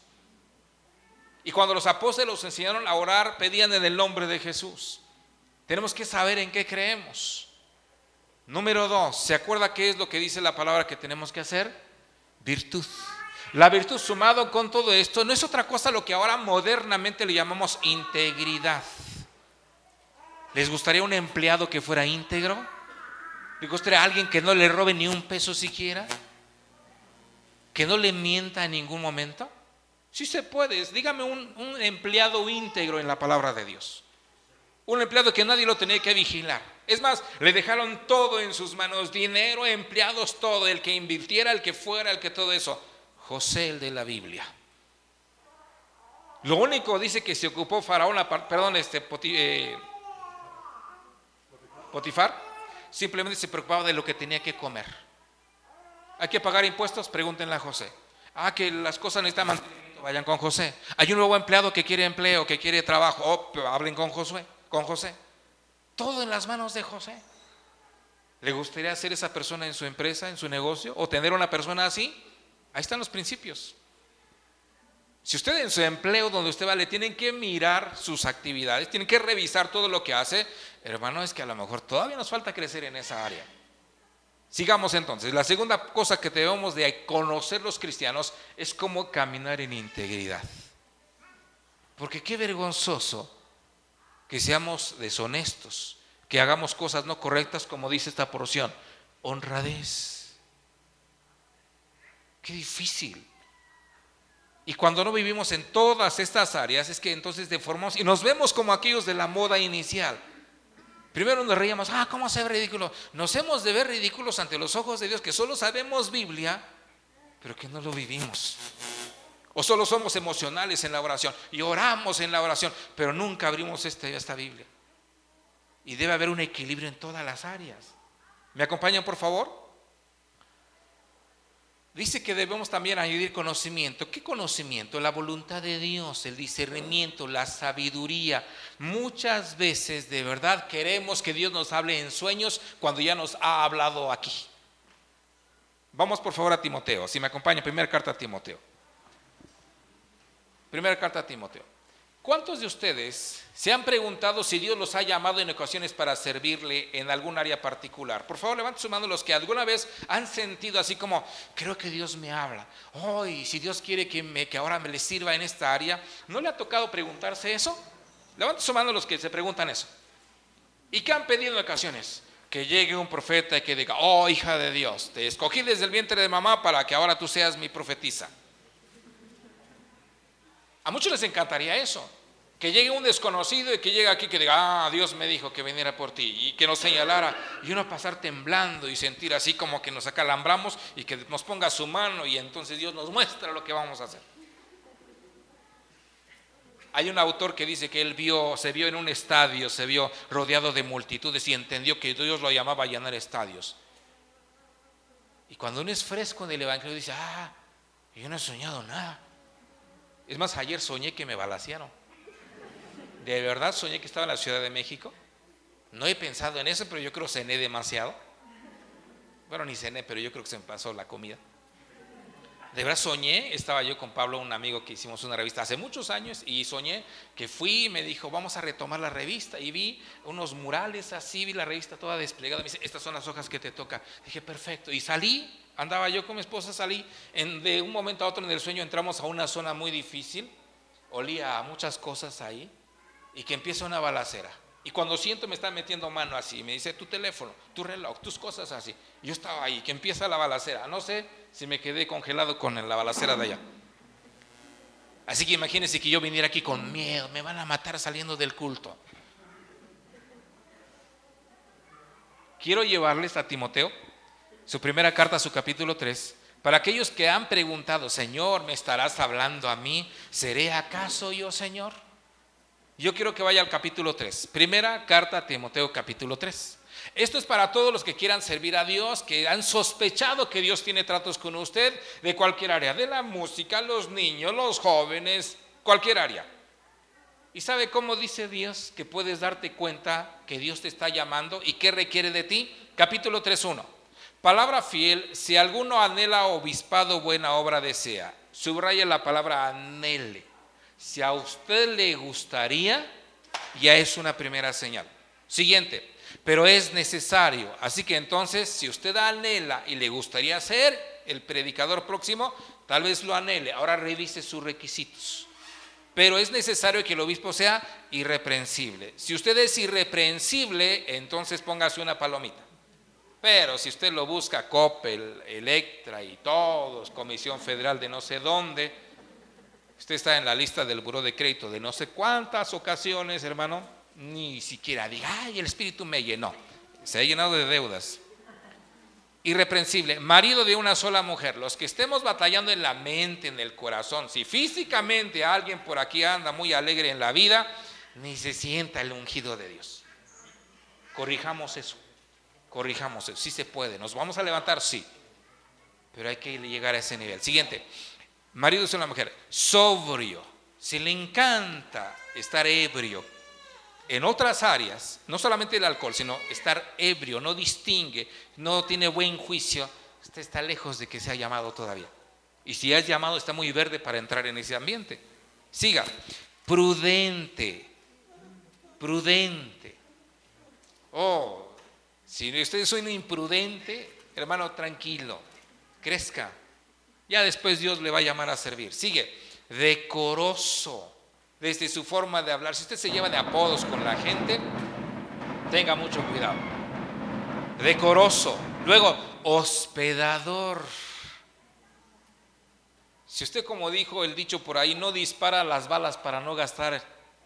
Y cuando los apóstoles los enseñaron a orar, pedían en el nombre de Jesús. Tenemos que saber en qué creemos. Número 2, ¿se acuerda qué es lo que dice la palabra que tenemos que hacer? Virtud. La virtud sumado con todo esto no es otra cosa lo que ahora modernamente le llamamos integridad. ¿Les gustaría un empleado que fuera íntegro? ¿Les gustaría alguien que no le robe ni un peso siquiera? ¿Que no le mienta en ningún momento? Sí se puede. Dígame un empleado íntegro en la palabra de Dios. Un empleado que nadie lo tenía que vigilar. Es más, le dejaron todo en sus manos, dinero, empleados, todo, el que invirtiera, el que fuera, el que todo eso. José, el de la Biblia. Lo único dice que se ocupó Faraón, Potifar, simplemente se preocupaba de lo que tenía que comer. ¿Hay que pagar impuestos? Pregúntenle a José. Que las cosas necesitan mantenimiento, vayan con José. Hay un nuevo empleado que quiere empleo, que quiere trabajo, hablen con José. Todo en las manos de José. ¿Le gustaría ser esa persona en su empresa, en su negocio, o tener una persona así? Ahí están los principios. Si usted en su empleo donde usted va le tienen que mirar sus actividades, tienen que revisar todo lo que hace, hermano, es que a lo mejor todavía nos falta crecer en esa área. Sigamos entonces. La segunda cosa que debemos de conocer los cristianos es cómo caminar en integridad. Porque qué vergonzoso que seamos deshonestos, que hagamos cosas no correctas, como dice esta porción, honradez. Qué difícil. Y cuando no vivimos en todas estas áreas, es que entonces deformamos y nos vemos como aquellos de la moda inicial. Primero nos reíamos, ¿cómo se ve ridículo? Nos hemos de ver ridículos ante los ojos de Dios, que solo sabemos Biblia, pero que no lo vivimos. O solo somos emocionales en la oración y oramos en la oración, pero nunca abrimos esta Biblia. Y debe haber un equilibrio en todas las áreas. ¿Me acompañan, por favor? Dice que debemos también añadir conocimiento. ¿Qué conocimiento? La voluntad de Dios, el discernimiento, la sabiduría. Muchas veces de verdad queremos que Dios nos hable en sueños cuando ya nos ha hablado aquí. Vamos por favor a Timoteo, si me acompaña, primera carta a Timoteo. Primera carta a Timoteo. ¿Cuántos de ustedes se han preguntado si Dios los ha llamado en ocasiones para servirle en algún área particular? Por favor, levanten su mano los que alguna vez han sentido así como, creo que Dios me habla. Y si Dios quiere que ahora me le sirva en esta área. ¿No le ha tocado preguntarse eso? Levanten su mano los que se preguntan eso. ¿Y qué han pedido en ocasiones? Que llegue un profeta y que diga, hija de Dios, te escogí desde el vientre de mamá para que ahora tú seas mi profetisa. A muchos les encantaría eso, que llegue un desconocido y que llegue aquí que diga, Dios me dijo que viniera por ti y que nos señalara y uno pasar temblando y sentir así como que nos acalambramos y que nos ponga su mano y entonces Dios nos muestra lo que vamos a hacer. Hay un autor que dice que él se vio en un estadio, se vio rodeado de multitudes y entendió que Dios lo llamaba a llenar estadios. Y cuando uno es fresco en el evangelio dice, yo no he soñado nada. Es más, ayer soñé que me balacearon. De verdad soñé que estaba en la Ciudad de México. No he pensado en eso, pero yo creo que cené demasiado. Bueno, ni cené, pero yo creo que se me pasó la comida. De verdad soñé, estaba yo con Pablo, un amigo que hicimos una revista hace muchos años, y soñé que fui y me dijo, vamos a retomar la revista, y vi unos murales así, vi la revista toda desplegada, me dice, estas son las hojas que te toca. Dije, perfecto, y salí, andaba yo con mi esposa, salí, de un momento a otro en el sueño entramos a una zona muy difícil, olía a muchas cosas ahí, y que empieza una balacera. Y cuando siento me están metiendo mano así, me dice tu teléfono, tu reloj, tus cosas así. Yo estaba ahí, que empieza la balacera. No sé si me quedé congelado con la balacera de allá. Así que imagínense que yo viniera aquí con miedo, me van a matar saliendo del culto. Quiero llevarles a Timoteo, su primera carta, su capítulo 3, para aquellos que han preguntado, Señor, ¿me estarás hablando a mí? ¿Seré acaso yo, Señor? Yo quiero que vaya al capítulo 3, primera carta a Timoteo capítulo 3. Esto es para todos los que quieran servir a Dios, que han sospechado que Dios tiene tratos con usted de cualquier área, de la música, los niños, los jóvenes, cualquier área. ¿Y sabe cómo dice Dios que puedes darte cuenta que Dios te está llamando y qué requiere de ti? Capítulo 3:1. Palabra fiel, si alguno anhela obispado, buena obra desea. Subraya la palabra anhele. Si a usted le gustaría, ya es una primera señal. Siguiente, pero es necesario. Así que entonces, si usted anhela y le gustaría ser el predicador próximo, tal vez lo anhele. Ahora revise sus requisitos. Pero es necesario que el obispo sea irreprensible. Si usted es irreprensible, entonces póngase una palomita. Pero si usted lo busca, Coppel, Electra y todos, Comisión Federal de no sé dónde, usted está en la lista del buró de crédito de no sé cuántas ocasiones, hermano, ni siquiera diga, el Espíritu me llenó. Se ha llenado de deudas. Irreprensible, marido de una sola mujer. Los que estemos batallando en la mente, en el corazón, si físicamente alguien por aquí anda muy alegre en la vida, ni se sienta el ungido de Dios. Corrijamos eso, sí se puede. ¿Nos vamos a levantar? Sí, pero hay que llegar a ese nivel. Siguiente. Marido es una mujer, sobrio, si le encanta estar ebrio en otras áreas, no solamente el alcohol, sino estar ebrio, no distingue, no tiene buen juicio, usted está lejos de que sea llamado todavía. Y si es llamado, está muy verde para entrar en ese ambiente. Siga, prudente. Si usted es un imprudente, hermano, tranquilo, crezca. Ya después Dios le va a llamar a servir. Sigue, decoroso, desde su forma de hablar. Si usted se lleva de apodos con la gente, tenga mucho cuidado. Decoroso. Luego, hospedador. Si usted, como dijo el dicho por ahí, no dispara las balas para no gastar,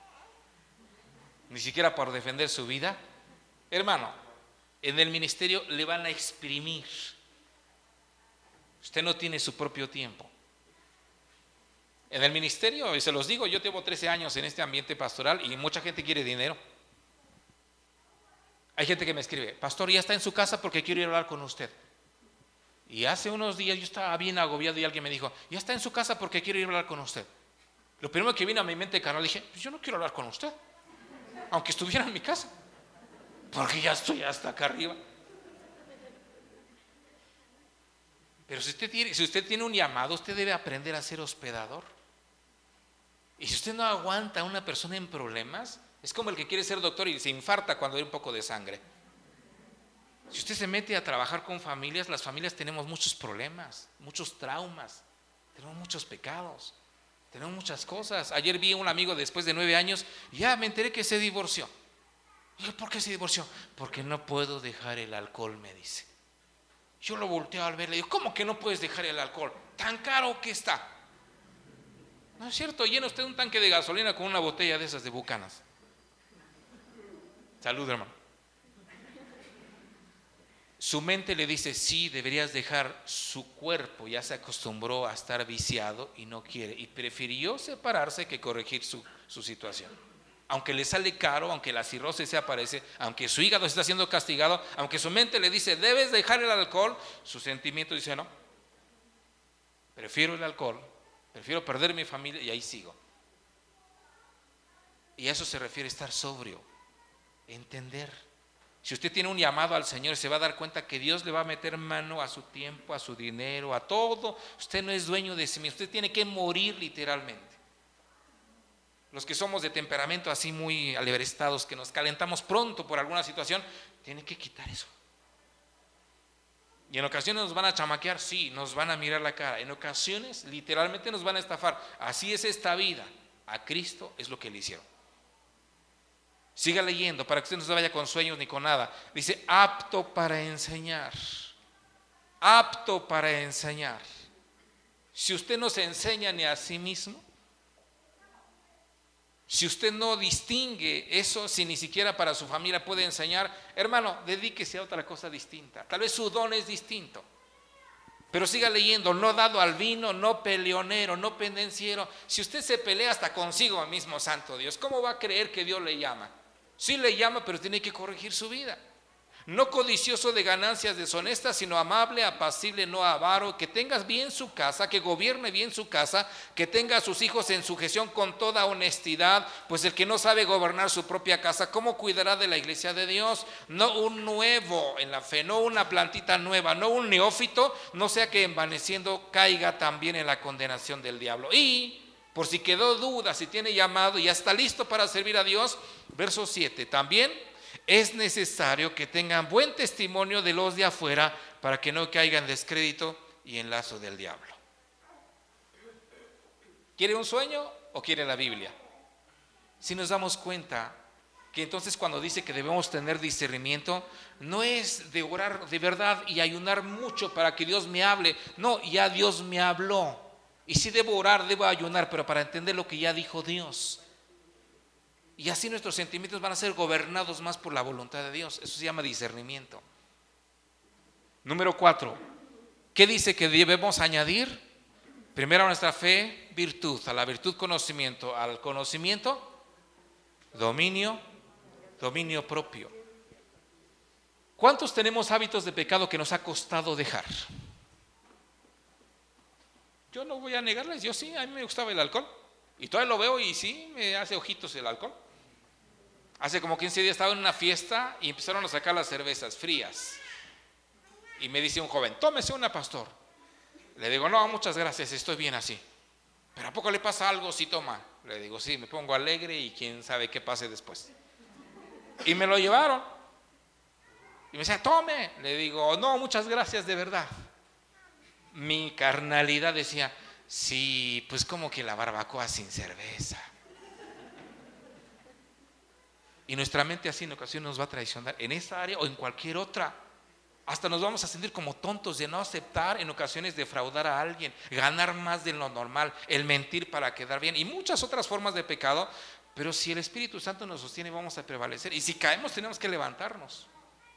ni siquiera para defender su vida, hermano, en el ministerio le van a exprimir. Usted no tiene su propio tiempo. En el ministerio, y se los digo, yo llevo 13 años en este ambiente pastoral y mucha gente quiere dinero. Hay gente que me escribe: pastor, ya está en su casa porque quiero ir a hablar con usted. Y hace unos días yo estaba bien agobiado y alguien me dijo: ya está en su casa porque quiero ir a hablar con usted. Lo primero que vino a mi mente, carnal, dije: pues yo no quiero hablar con usted, aunque estuviera en mi casa, porque ya estoy hasta acá arriba. Pero si usted tiene un llamado, usted debe aprender a ser hospedador. Y si usted no aguanta a una persona en problemas, es como el que quiere ser doctor y se infarta cuando hay un poco de sangre. Si usted se mete a trabajar con familias, las familias tenemos muchos problemas, muchos traumas, tenemos muchos pecados, tenemos muchas cosas. Ayer vi a un amigo después de 9 años y ya me enteré que se divorció. Y yo: ¿por qué se divorció? Porque no puedo dejar el alcohol, me dice. Yo lo volteo al ver, le digo: ¿cómo que no puedes dejar el alcohol? ¿Tan caro que está? No es cierto, llena usted un tanque de gasolina con una botella de esas de Bucanas. Salud, hermano. Su mente le dice: sí, deberías dejar. Su cuerpo ya se acostumbró a estar viciado y no quiere, y prefirió separarse que corregir su situación. Aunque le sale caro, aunque la cirrosis se aparece, aunque su hígado está siendo castigado, aunque su mente le dice: debes dejar el alcohol, su sentimiento dice: no, prefiero el alcohol, prefiero perder mi familia y ahí sigo. Y a eso se refiere estar sobrio, entender. Si usted tiene un llamado al Señor, se va a dar cuenta que Dios le va a meter mano a su tiempo, a su dinero, a todo. Usted no es dueño de sí mismo, usted tiene que morir literalmente. Los que somos de temperamento así muy alebrestados, que nos calentamos pronto por alguna situación, tiene que quitar eso. Y en ocasiones nos van a chamaquear, sí, nos van a mirar la cara. En ocasiones literalmente nos van a estafar. Así es esta vida. A Cristo es lo que le hicieron. Siga leyendo para que usted no se vaya con sueños ni con nada. Dice: apto para enseñar. Apto para enseñar. Si usted no se enseña ni a sí mismo, si usted no distingue eso, si ni siquiera para su familia puede enseñar, hermano, dedíquese a otra cosa distinta. Tal vez su don es distinto, pero siga leyendo. No dado al vino, no peleonero, no pendenciero. Si usted se pelea hasta consigo mismo, santo Dios, ¿cómo va a creer que Dios le llama? Sí le llama, pero tiene que corregir su vida. No codicioso de ganancias deshonestas, sino amable, apacible, no avaro, que tengas bien su casa, que gobierne bien su casa, que tenga a sus hijos en sujeción con toda honestidad, pues el que no sabe gobernar su propia casa, ¿cómo cuidará de la iglesia de Dios? No un nuevo en la fe, no una plantita nueva, no un neófito, no sea que envaneciendo caiga también en la condenación del diablo. Y por si quedó duda, si tiene llamado y ya está listo para servir a Dios, verso 7, también es necesario que tengan buen testimonio de los de afuera para que no caigan en descrédito y en lazo del diablo. ¿Quiere un sueño o quiere la Biblia? Si nos damos cuenta que entonces cuando dice que debemos tener discernimiento, no es de orar de verdad y ayunar mucho para que Dios me hable. No, ya Dios me habló. Y si debo orar, debo ayunar, pero para entender lo que ya dijo Dios. Y así nuestros sentimientos van a ser gobernados más por la voluntad de Dios. Eso se llama discernimiento. Número 4. ¿Qué dice que debemos añadir? Primero a nuestra fe, virtud. A la virtud, conocimiento. Al conocimiento, dominio propio. ¿Cuántos tenemos hábitos de pecado que nos ha costado dejar? Yo no voy a negarles, yo sí, a mí me gustaba el alcohol. Y todavía lo veo y sí, me hace ojitos el alcohol. Hace como 15 días estaba en una fiesta y empezaron a sacar las cervezas frías. Y me dice un joven: tómese una, pastor. Le digo: no, muchas gracias, estoy bien así. ¿Pero a poco le pasa algo si toma? Le digo: sí, me pongo alegre y quién sabe qué pase después. Y me lo llevaron. Y me decía: tome. Le digo: no, muchas gracias, de verdad. Mi carnalidad decía: sí, pues como que la barbacoa sin cerveza. Y nuestra mente así en ocasiones nos va a traicionar en esta área o en cualquier otra. Hasta nos vamos a sentir como tontos de no aceptar en ocasiones defraudar a alguien, ganar más de lo normal, el mentir para quedar bien y muchas otras formas de pecado. Pero si el Espíritu Santo nos sostiene, vamos a prevalecer. Y si caemos, tenemos que levantarnos.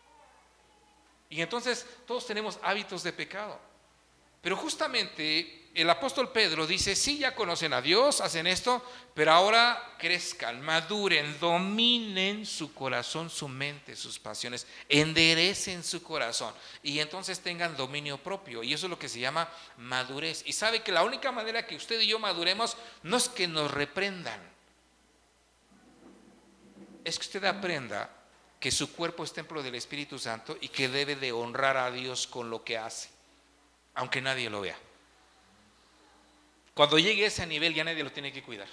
Y entonces todos tenemos hábitos de pecado. Pero justamente el apóstol Pedro dice, sí, ya conocen a Dios, hacen esto, pero ahora crezcan, maduren, dominen su corazón, su mente, sus pasiones, enderecen su corazón y entonces tengan dominio propio. Y eso es lo que se llama madurez. Y sabe que la única manera que usted y yo maduremos no es que nos reprendan, es que usted aprenda que su cuerpo es templo del Espíritu Santo y que debe de honrar a Dios con lo que hace, aunque nadie lo vea. Cuando llegue a ese nivel ya nadie lo tiene que cuidar.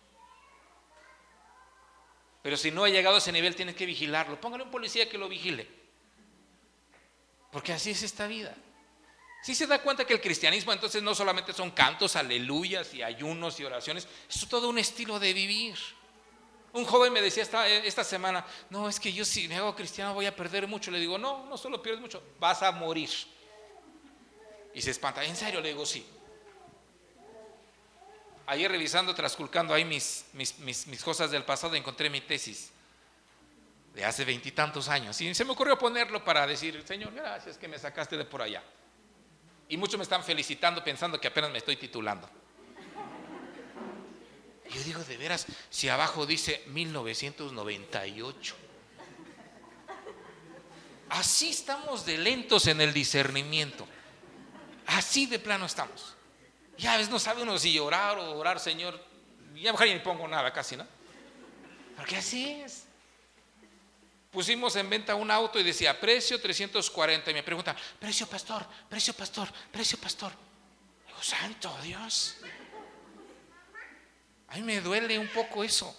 Pero si no ha llegado a ese nivel, tiene que vigilarlo. Póngale un policía que lo vigile. Porque así es esta vida. Si se da cuenta que el cristianismo entonces no solamente son cantos, aleluyas y ayunos y oraciones, es todo un estilo de vivir. Un joven me decía esta semana, no, es que yo si me hago cristiano voy a perder mucho. Le digo, no, no solo pierdes mucho, vas a morir. Y se espanta, ¿en serio? Le digo, sí. Ayer revisando, trasculcando ahí mis cosas del pasado, encontré mi tesis de hace 20 y tantos años. Y se me ocurrió ponerlo para decir, Señor, gracias que me sacaste de por allá. Y muchos me están felicitando pensando que apenas me estoy titulando. Y yo digo, de veras, si abajo dice 1998. Así estamos de lentos en el discernimiento. Así de plano estamos. Ya a veces no sabe uno si orar o orar, Señor. Ya mejor ni pongo nada casi, ¿no? Porque así es. Pusimos en venta un auto y decía precio 340 y me preguntan, precio pastor, precio pastor, precio pastor. Digo, santo Dios. A mí me duele un poco eso.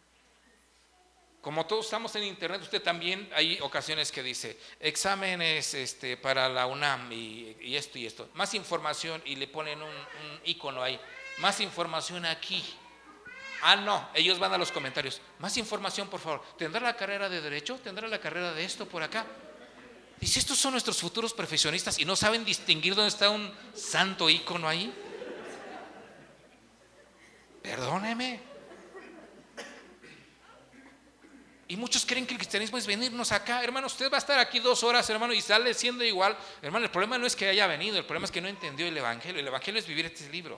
Como todos estamos en internet, usted también hay ocasiones que dice exámenes para la UNAM y esto y esto, más información y le ponen un icono ahí, más información aquí. Ah, no, ellos van a los comentarios, más información por favor, ¿tendrá la carrera de Derecho? ¿Tendrá la carrera de esto por acá? Dice, estos son nuestros futuros profesionistas y no saben distinguir dónde está un santo icono ahí. Perdóneme. Y muchos creen que el cristianismo es venirnos acá. Hermano, usted va a estar aquí 2 horas, hermano, y sale siendo igual. Hermano, el problema no es que haya venido, el problema es que no entendió el evangelio. El evangelio es vivir este libro.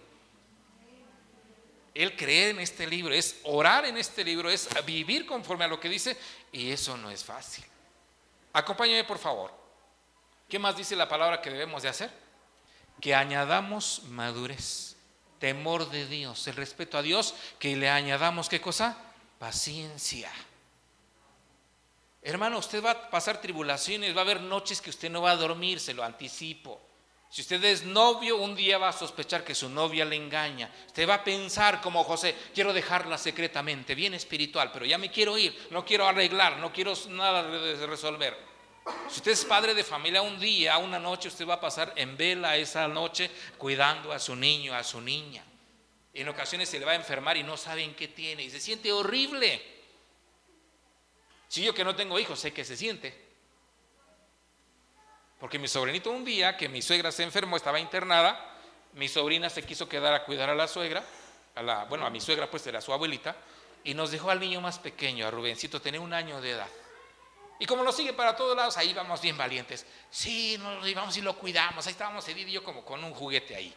El creer en este libro, es orar en este libro, es vivir conforme a lo que dice, y eso no es fácil. Acompáñame, por favor. ¿Qué más dice la palabra que debemos de hacer? Que añadamos madurez, temor de Dios, el respeto a Dios, que le añadamos, ¿qué cosa? Paciencia. Hermano, usted va a pasar tribulaciones, va a haber noches que usted no va a dormir, se lo anticipo. Si usted es novio, un día va a sospechar que su novia le engaña. Usted va a pensar como José, quiero dejarla secretamente, bien espiritual, pero ya me quiero ir, no quiero arreglar, no quiero nada de resolver. Si usted es padre de familia, un día, una noche, usted va a pasar en vela esa noche cuidando a su niño, a su niña. En ocasiones se le va a enfermar y no sabe en qué tiene y se siente horrible. Si yo que no tengo hijos sé que se siente. Porque mi sobrinito un día que mi suegra se enfermó, estaba internada, mi sobrina se quiso quedar a cuidar a la suegra, a mi suegra pues era su abuelita, y nos dejó al niño más pequeño, a Rubencito, tenía 1 año de edad. Y como lo sigue para todos lados, ahí vamos bien valientes. Sí, nos lo llevamos y lo cuidamos, ahí estábamos Edith y yo como con un juguete ahí.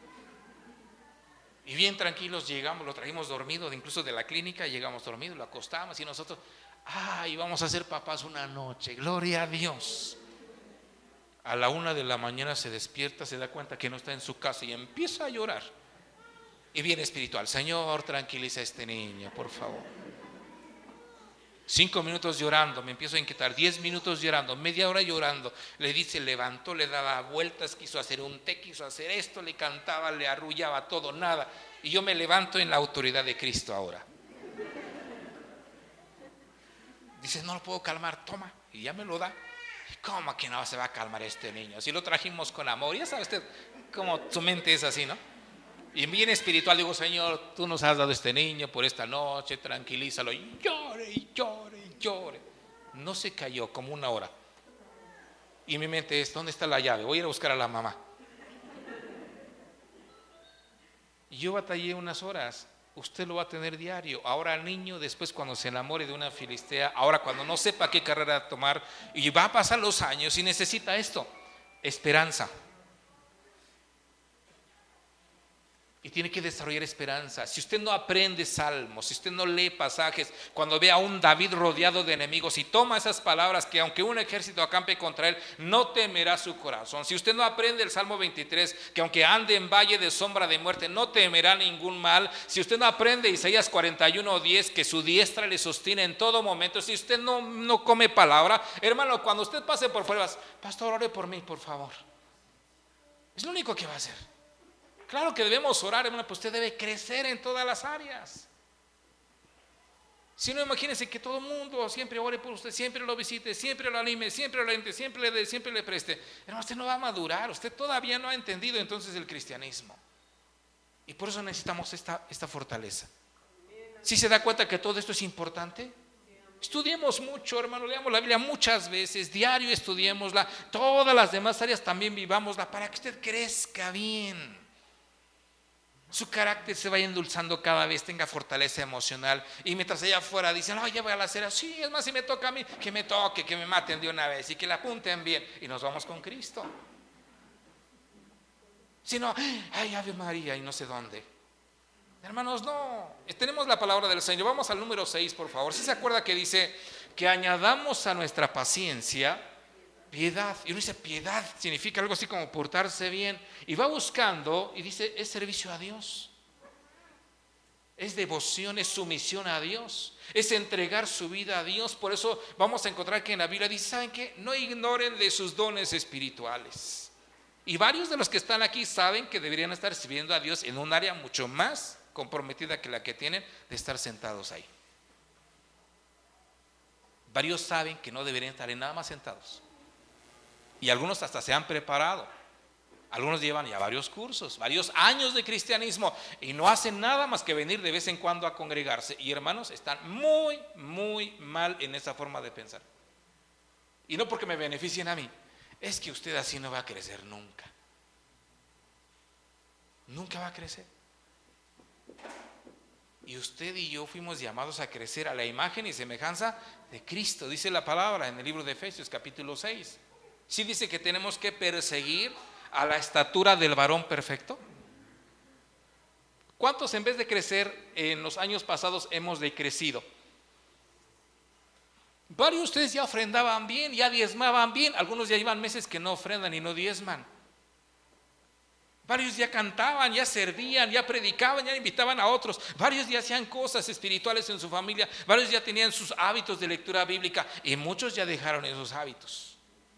Y bien tranquilos llegamos, lo trajimos dormido, incluso de la clínica, llegamos dormidos, lo acostamos y nosotros... Ay, vamos a ser papás una noche, gloria a Dios. A la 1 de la mañana se despierta, se da cuenta que no está en su casa y empieza a llorar. Y viene espiritual, Señor, tranquiliza a este niño, por favor. 5 minutos llorando, me empiezo a inquietar, 10 minutos llorando, media hora llorando. Le dice, levantó, le daba vueltas, quiso hacer un té, quiso hacer esto, le cantaba, le arrullaba todo, nada. Y yo me levanto en la autoridad de Cristo ahora. Dice, no lo puedo calmar, toma, y ya me lo da. ¿Cómo que no se va a calmar este niño? Si lo trajimos con amor, ya sabe usted cómo su mente es así, ¿no? Y bien espiritual, digo, Señor, tú nos has dado este niño por esta noche, tranquilízalo, y llore, y llore, y llore. No se cayó como 1 hora. Y mi mente es, ¿dónde está la llave? Voy a ir a buscar a la mamá. Y yo batallé unas horas. Usted lo va a tener diario. Ahora el niño, después cuando se enamore de una filistea, ahora cuando no sepa qué carrera tomar, y va a pasar los años y necesita esto, esperanza. Y tiene que desarrollar esperanza. Si usted no aprende salmos, si usted no lee pasajes, cuando ve a un David rodeado de enemigos y toma esas palabras que aunque un ejército acampe contra él, no temerá su corazón. Si usted no aprende el Salmo 23, que aunque ande en valle de sombra de muerte, no temerá ningún mal. Si usted no aprende Isaías 41:10, que su diestra le sostiene en todo momento. Si usted no come palabra, hermano, cuando usted pase por pruebas, pastor, ore por mí, por favor. Es lo único que va a hacer. Claro que debemos orar, hermano, pues usted debe crecer en todas las áreas. Si no, imagínense que todo el mundo siempre ore por usted, siempre lo visite, siempre lo anime, siempre lo alente, siempre le dé, siempre le preste. Hermano, usted no va a madurar, usted todavía no ha entendido entonces el cristianismo. Y por eso necesitamos esta fortaleza. ¿Sí se da cuenta que todo esto es importante? Estudiemos mucho, hermano, leamos la Biblia muchas veces, diario estudiémosla, todas las demás áreas también vivámosla para que usted crezca bien. Su carácter se vaya endulzando cada vez, tenga fortaleza emocional. Y mientras allá afuera dicen, ya voy a la acera, sí, es más, si me toca a mí, que me toque, que me maten de una vez y que la apunten bien. Y nos vamos con Cristo. Si no, ay, Ave María, y no sé dónde. Hermanos, no, tenemos la palabra del Señor. Vamos al número 6, por favor. ¿Sí se acuerda que dice que añadamos a nuestra paciencia piedad? Y uno dice, piedad significa algo así como portarse bien. Y va buscando y dice, es servicio a Dios. Es devoción, es sumisión a Dios. Es entregar su vida a Dios. Por eso vamos a encontrar que en la Biblia dice, ¿saben qué? No ignoren de sus dones espirituales. Y varios de los que están aquí saben que deberían estar sirviendo a Dios en un área mucho más comprometida que la que tienen de estar sentados ahí. Varios saben que no deberían estar en nada más sentados. Y algunos hasta se han preparado. Algunos llevan ya varios cursos, varios años de cristianismo y no hacen nada más que venir de vez en cuando a congregarse. Y hermanos, están muy, muy mal en esa forma de pensar. Y no porque me beneficien a mí, es que usted así no va a crecer nunca. Nunca va a crecer. Y usted y yo fuimos llamados a crecer a la imagen y semejanza de Cristo. Dice la palabra en el libro de Efesios capítulo 6. Sí dice que tenemos que perseguir a la estatura del varón perfecto. ¿Cuántos en vez de crecer en los años pasados hemos decrecido? Varios de ustedes ya ofrendaban bien, ya diezmaban bien. Algunos ya llevan meses que no ofrendan y no diezman. Varios ya cantaban, ya servían, ya predicaban, ya invitaban a otros. Varios ya hacían cosas espirituales en su familia. Varios ya tenían sus hábitos de lectura bíblica y muchos ya dejaron esos hábitos.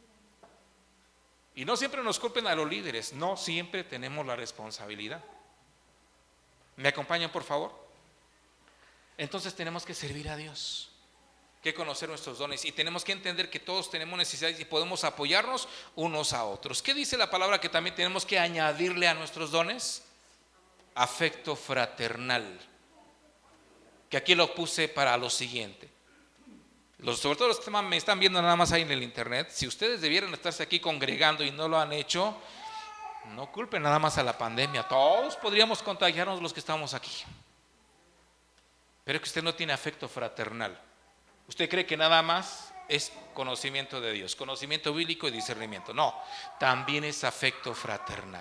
Y no siempre nos culpen a los líderes, no siempre tenemos la responsabilidad. ¿Me acompañan, por favor? Entonces tenemos que servir a Dios, que conocer nuestros dones y tenemos que entender que todos tenemos necesidades y podemos apoyarnos unos a otros. ¿Qué dice la palabra que también tenemos que añadirle a nuestros dones? Afecto fraternal, que aquí lo puse para lo siguiente. Sobre todo los que me están viendo nada más ahí en el internet, si ustedes debieran estarse aquí congregando y no lo han hecho, no culpen nada más a la pandemia, todos podríamos contagiarnos los que estamos aquí. Pero es que usted no tiene afecto fraternal. Usted cree que nada más es conocimiento de Dios, conocimiento bíblico y discernimiento. No, también es afecto fraternal.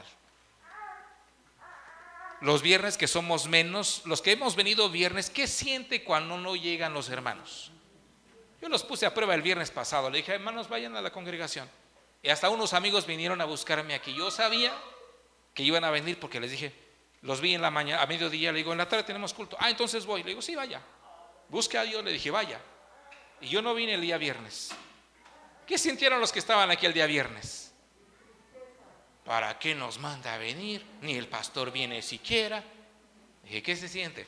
Los viernes que somos menos, los que hemos venido viernes, ¿qué siente cuando no llegan los hermanos? Yo los puse a prueba el viernes pasado, le dije, hermanos, vayan a la congregación. Y hasta unos amigos vinieron a buscarme aquí. Yo sabía que iban a venir porque les dije, los vi en la mañana, a mediodía, le digo, en la tarde tenemos culto. Entonces voy. Le digo, sí, vaya. Busque a Dios, le dije, vaya. Y yo no vine el día viernes. ¿Qué sintieron los que estaban aquí el día viernes? ¿Para qué nos manda a venir? Ni el pastor viene siquiera. Dije, ¿qué se siente?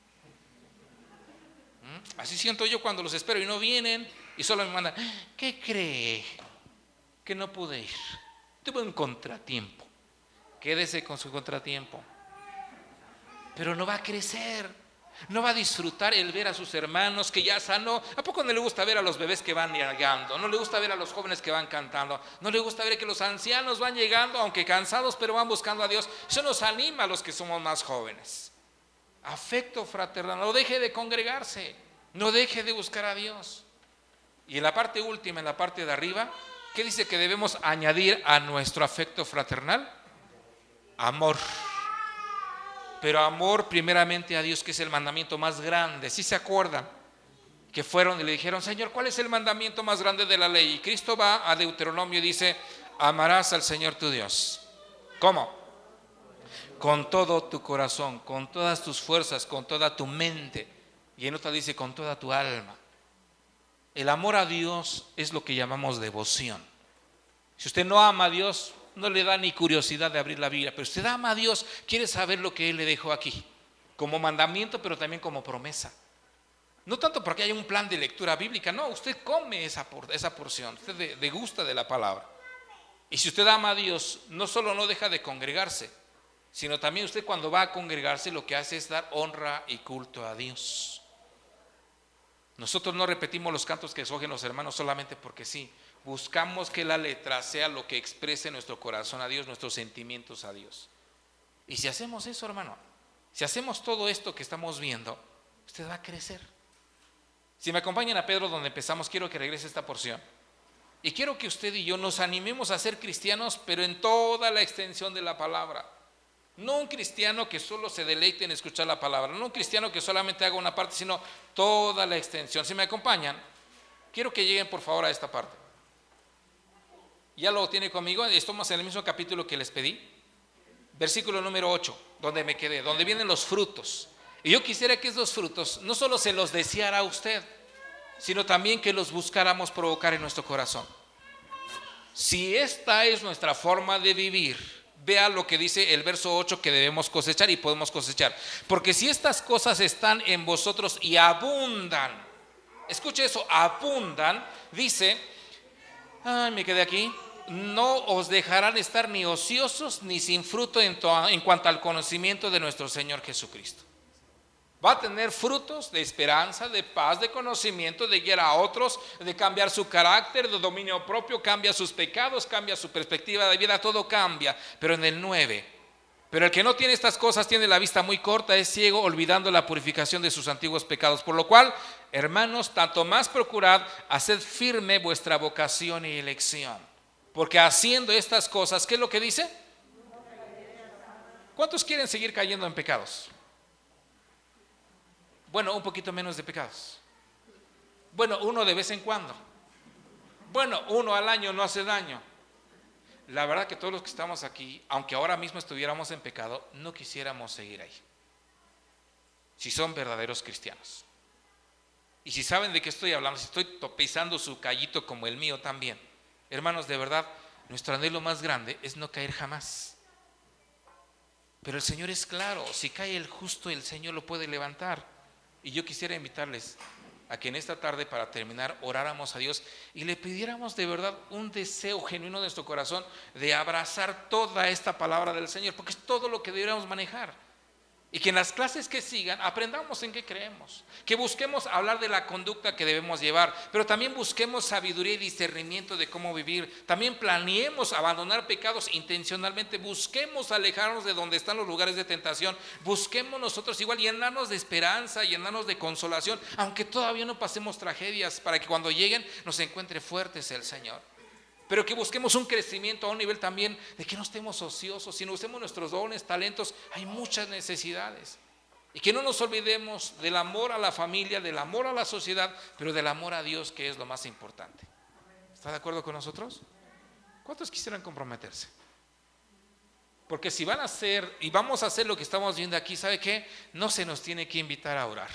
Así siento yo cuando los espero y no vienen y solo me mandan, ¿qué cree? Que no pude ir. Tuve un contratiempo. Quédese con su contratiempo. Pero no va a crecer. No va a disfrutar el ver a sus hermanos que ya sanó. ¿A poco no le gusta ver a los bebés que van llegando? ¿No le gusta ver a los jóvenes que van cantando? ¿No le gusta ver que los ancianos van llegando, aunque cansados, pero van buscando a Dios? Eso nos anima a los que somos más jóvenes. Afecto fraternal. No deje de congregarse. No deje de buscar a Dios. Y en la parte última, en la parte de arriba, ¿qué dice que debemos añadir a nuestro afecto fraternal? Amor. Pero amor primeramente a Dios, que es el mandamiento más grande. ¿Sí se acuerdan? Que fueron y le dijeron: Señor, ¿cuál es el mandamiento más grande de la ley? Y Cristo va a Deuteronomio y dice: amarás al Señor tu Dios. ¿Cómo? Con todo tu corazón, con todas tus fuerzas, con toda tu mente. Y en otra dice: con toda tu alma. El amor a Dios es lo que llamamos devoción. Si usted no ama a Dios, no le da ni curiosidad de abrir la Biblia, pero usted ama a Dios, quiere saber lo que Él le dejó aquí, como mandamiento, pero también como promesa. No tanto porque haya un plan de lectura bíblica, no, usted come esa porción, usted degusta de la palabra. Y si usted ama a Dios, no solo no deja de congregarse, sino también usted cuando va a congregarse lo que hace es dar honra y culto a Dios. Nosotros no repetimos los cantos que escogen los hermanos solamente porque sí. Buscamos que la letra sea lo que exprese nuestro corazón a Dios, nuestros sentimientos a Dios. Y si hacemos eso, hermano, si hacemos todo esto que estamos viendo, usted va a crecer. Si me acompañan a Pedro donde empezamos, quiero que regrese esta porción. Y quiero que usted y yo nos animemos a ser cristianos, pero en toda la extensión de la palabra. No un cristiano que solo se deleite en escuchar la palabra, no un cristiano que solamente haga una parte, sino toda la extensión. Si me acompañan, quiero que lleguen por favor a esta parte. ¿Ya lo tiene conmigo? Estamos en el mismo capítulo que les pedí. Versículo número 8, donde me quedé, donde vienen los frutos. Y yo quisiera que esos frutos no solo se los deseara a usted, sino también que los buscáramos provocar en nuestro corazón. Si esta es nuestra forma de vivir, vea lo que dice el verso 8 que debemos cosechar y podemos cosechar. Porque si estas cosas están en vosotros y abundan, escuche eso, abundan, dice, me quedé aquí, no os dejarán estar ni ociosos ni sin fruto en cuanto al conocimiento de nuestro Señor Jesucristo. Va a tener frutos de esperanza, de paz, de conocimiento, de guiar a otros, de cambiar su carácter, de dominio propio, cambia sus pecados, cambia su perspectiva de vida, todo cambia. Pero en el 9, pero el que no tiene estas cosas tiene la vista muy corta, es ciego, olvidando la purificación de sus antiguos pecados. Por lo cual, hermanos, tanto más procurad hacer firme vuestra vocación y elección. Porque haciendo estas cosas, ¿qué es lo que dice? ¿Cuántos quieren seguir cayendo en pecados? Bueno, un poquito menos de pecados. Bueno, uno de vez en cuando. Bueno, uno al año no hace daño. La verdad que todos los que estamos aquí, aunque ahora mismo estuviéramos en pecado, no quisiéramos seguir ahí. Si son verdaderos cristianos. Y si saben de qué estoy hablando, si estoy pisando su callito como el mío también. Hermanos, de verdad, nuestro anhelo más grande es no caer jamás. Pero el Señor es claro, si cae el justo, el Señor lo puede levantar. Y yo quisiera invitarles a que en esta tarde, para terminar, oráramos a Dios y le pidiéramos de verdad un deseo genuino de nuestro corazón de abrazar toda esta palabra del Señor, porque es todo lo que deberíamos manejar. Y que en las clases que sigan aprendamos en qué creemos, que busquemos hablar de la conducta que debemos llevar, pero también busquemos sabiduría y discernimiento de cómo vivir. También planeemos abandonar pecados intencionalmente, busquemos alejarnos de donde están los lugares de tentación, busquemos nosotros igual llenarnos de esperanza, llenarnos de consolación, aunque todavía no pasemos tragedias, para que cuando lleguen nos encuentre fuertes el Señor. Pero que busquemos un crecimiento a un nivel también de que no estemos ociosos, sino usemos nuestros dones, talentos. Hay muchas necesidades. Y que no nos olvidemos del amor a la familia, del amor a la sociedad, pero del amor a Dios, que es lo más importante. ¿Está de acuerdo con nosotros? ¿Cuántos quisieran comprometerse? Porque si van a hacer y vamos a hacer lo que estamos viendo aquí, ¿sabe qué? No se nos tiene que invitar a orar.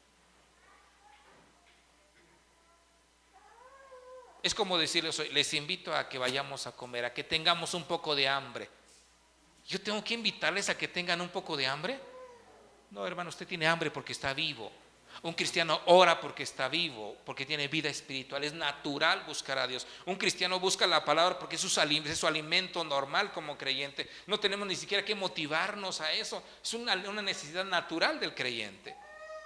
Es como decirles hoy, les invito a que vayamos a comer, a que tengamos un poco de hambre. ¿Yo tengo que invitarles a que tengan un poco de hambre? No, hermano, usted tiene hambre porque está vivo. Un cristiano ora porque está vivo, porque tiene vida espiritual. Es natural buscar a Dios. Un cristiano busca la palabra porque es su alimento normal como creyente. No tenemos ni siquiera que motivarnos a eso. Es una necesidad natural del creyente.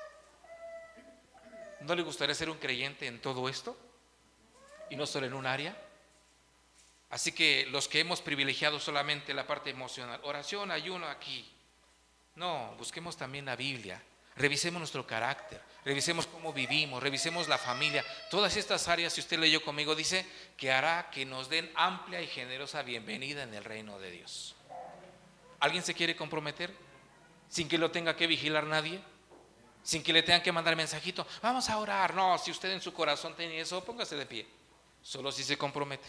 ¿No le gustaría ser un creyente en todo esto? Y no solo en un área. Así que los que hemos privilegiado solamente la parte emocional, oración, ayuno aquí, no, busquemos también la Biblia, revisemos nuestro carácter, revisemos cómo vivimos, revisemos la familia. Todas estas áreas, si usted leyó conmigo, dice que hará que nos den amplia y generosa bienvenida en el reino de Dios. ¿Alguien se quiere comprometer sin que lo tenga que vigilar nadie? Sin que le tengan que mandar mensajito, vamos a orar. No, si usted en su corazón tiene eso, póngase de pie. Solo si se compromete,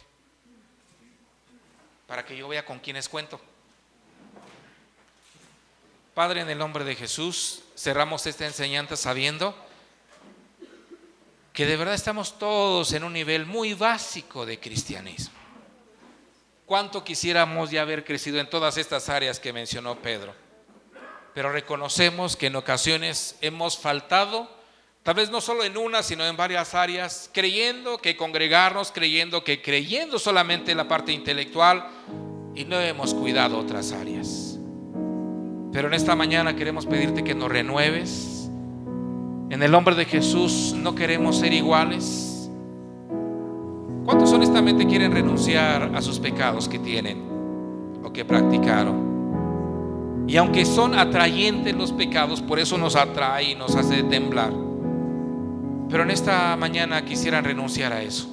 para que yo vea con quiénes cuento. Padre, en el nombre de Jesús, cerramos esta enseñanza sabiendo que de verdad estamos todos en un nivel muy básico de cristianismo. ¿Cuánto quisiéramos ya haber crecido en todas estas áreas que mencionó Pedro? Pero reconocemos que en ocasiones hemos faltado, tal vez no solo en una, sino en varias áreas, creyendo que congregarnos, creyendo solamente en la parte intelectual, y no hemos cuidado otras áreas. Pero en esta mañana queremos pedirte que nos renueves. En el nombre de Jesús no queremos ser iguales. ¿Cuántos honestamente quieren renunciar a sus pecados que tienen o que practicaron? Y aunque son atrayentes los pecados, por eso nos atrae y nos hace temblar. Pero en esta mañana quisieran renunciar a eso.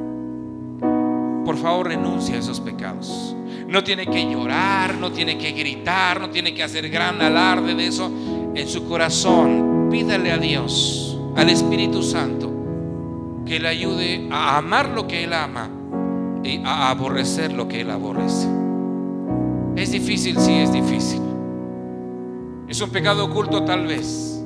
Por favor, renuncia a esos pecados. No tiene que llorar, no tiene que gritar, no tiene que hacer gran alarde de eso. En su corazón, pídale a Dios, al Espíritu Santo, que le ayude a amar lo que Él ama y a aborrecer lo que Él aborrece. Es difícil, sí es difícil. Es un pecado oculto tal vez.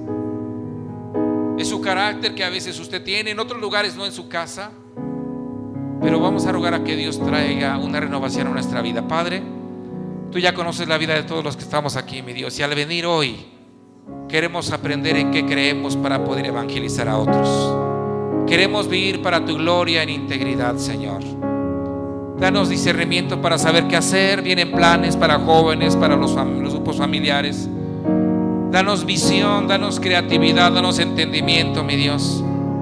Es su carácter que a veces usted tiene, en otros lugares no en su casa. Pero vamos a rogar a que Dios traiga una renovación a nuestra vida. Padre, tú ya conoces la vida de todos los que estamos aquí, mi Dios. Y al venir hoy, queremos aprender en qué creemos para poder evangelizar a otros. Queremos vivir para tu gloria en integridad, Señor. Danos discernimiento para saber qué hacer. Vienen planes para jóvenes, para los grupos familiares. Danos visión, danos creatividad, danos entendimiento, mi Dios.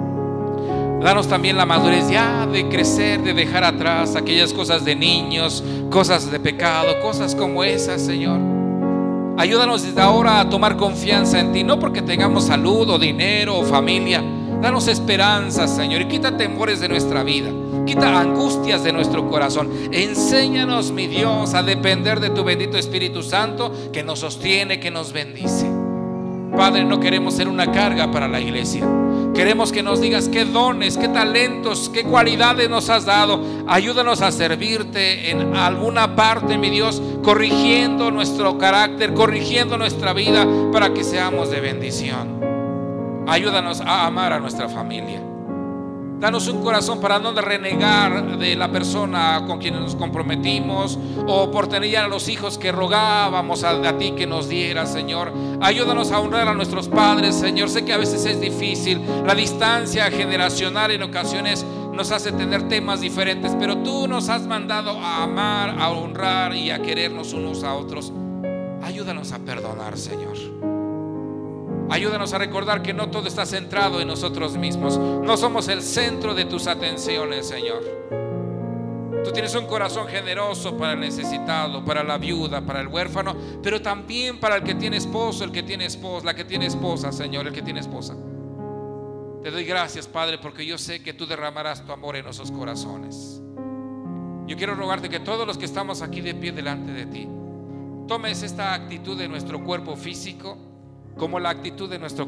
Danos también la madurez ya de crecer, de dejar atrás aquellas cosas de niños, cosas de pecado, cosas como esas, Señor. Ayúdanos desde ahora a tomar confianza en ti, no porque tengamos salud o dinero o familia. Danos esperanza, Señor, y quita temores de nuestra vida, quita angustias de nuestro corazón. Enséñanos, mi Dios, a depender de tu bendito Espíritu Santo, que nos sostiene, que nos bendice. Padre, no queremos ser una carga para la iglesia. Queremos que nos digas qué dones, qué talentos, qué cualidades nos has dado. Ayúdanos a servirte en alguna parte, mi Dios, corrigiendo nuestro carácter, corrigiendo nuestra vida para que seamos de bendición. Ayúdanos a amar a nuestra familia. Danos un corazón para no renegar de la persona con quien nos comprometimos, o por tener ya a los hijos que rogábamos a ti que nos dieras, Señor. Ayúdanos a honrar a nuestros padres, Señor. Sé que a veces es difícil, la distancia generacional en ocasiones nos hace tener temas diferentes, pero tú nos has mandado a amar, a honrar y a querernos unos a otros. Ayúdanos a perdonar, Señor. Ayúdanos a recordar que no todo está centrado en nosotros mismos. No somos el centro de tus atenciones, Señor. Tú tienes un corazón generoso para el necesitado, para la viuda, para el huérfano, pero también para el que tiene esposo, el que tiene esposa, la que tiene esposa, Señor, el que tiene esposa. Te doy gracias, Padre, porque yo sé que tú derramarás tu amor en nuestros corazones. Yo quiero rogarte que todos los que estamos aquí de pie delante de ti, tomes esta actitud de nuestro cuerpo físico como la actitud de nuestro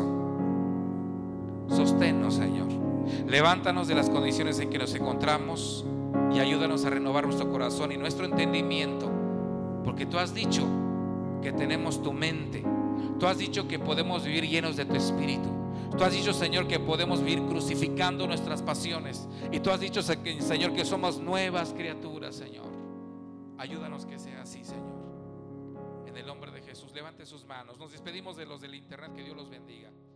corazón. Sosténnos, Señor. Levántanos de las condiciones en que nos encontramos y ayúdanos a renovar nuestro corazón y nuestro entendimiento, porque tú has dicho que tenemos tu mente. Tú has dicho que podemos vivir llenos de tu espíritu. Tú has dicho, Señor, que podemos vivir crucificando nuestras pasiones. Y tú has dicho, Señor, que somos nuevas criaturas, Señor. Ayúdanos que sea así, Señor. En el nombre de Jesús, levante sus manos. Nos despedimos de los del internet, que Dios los bendiga.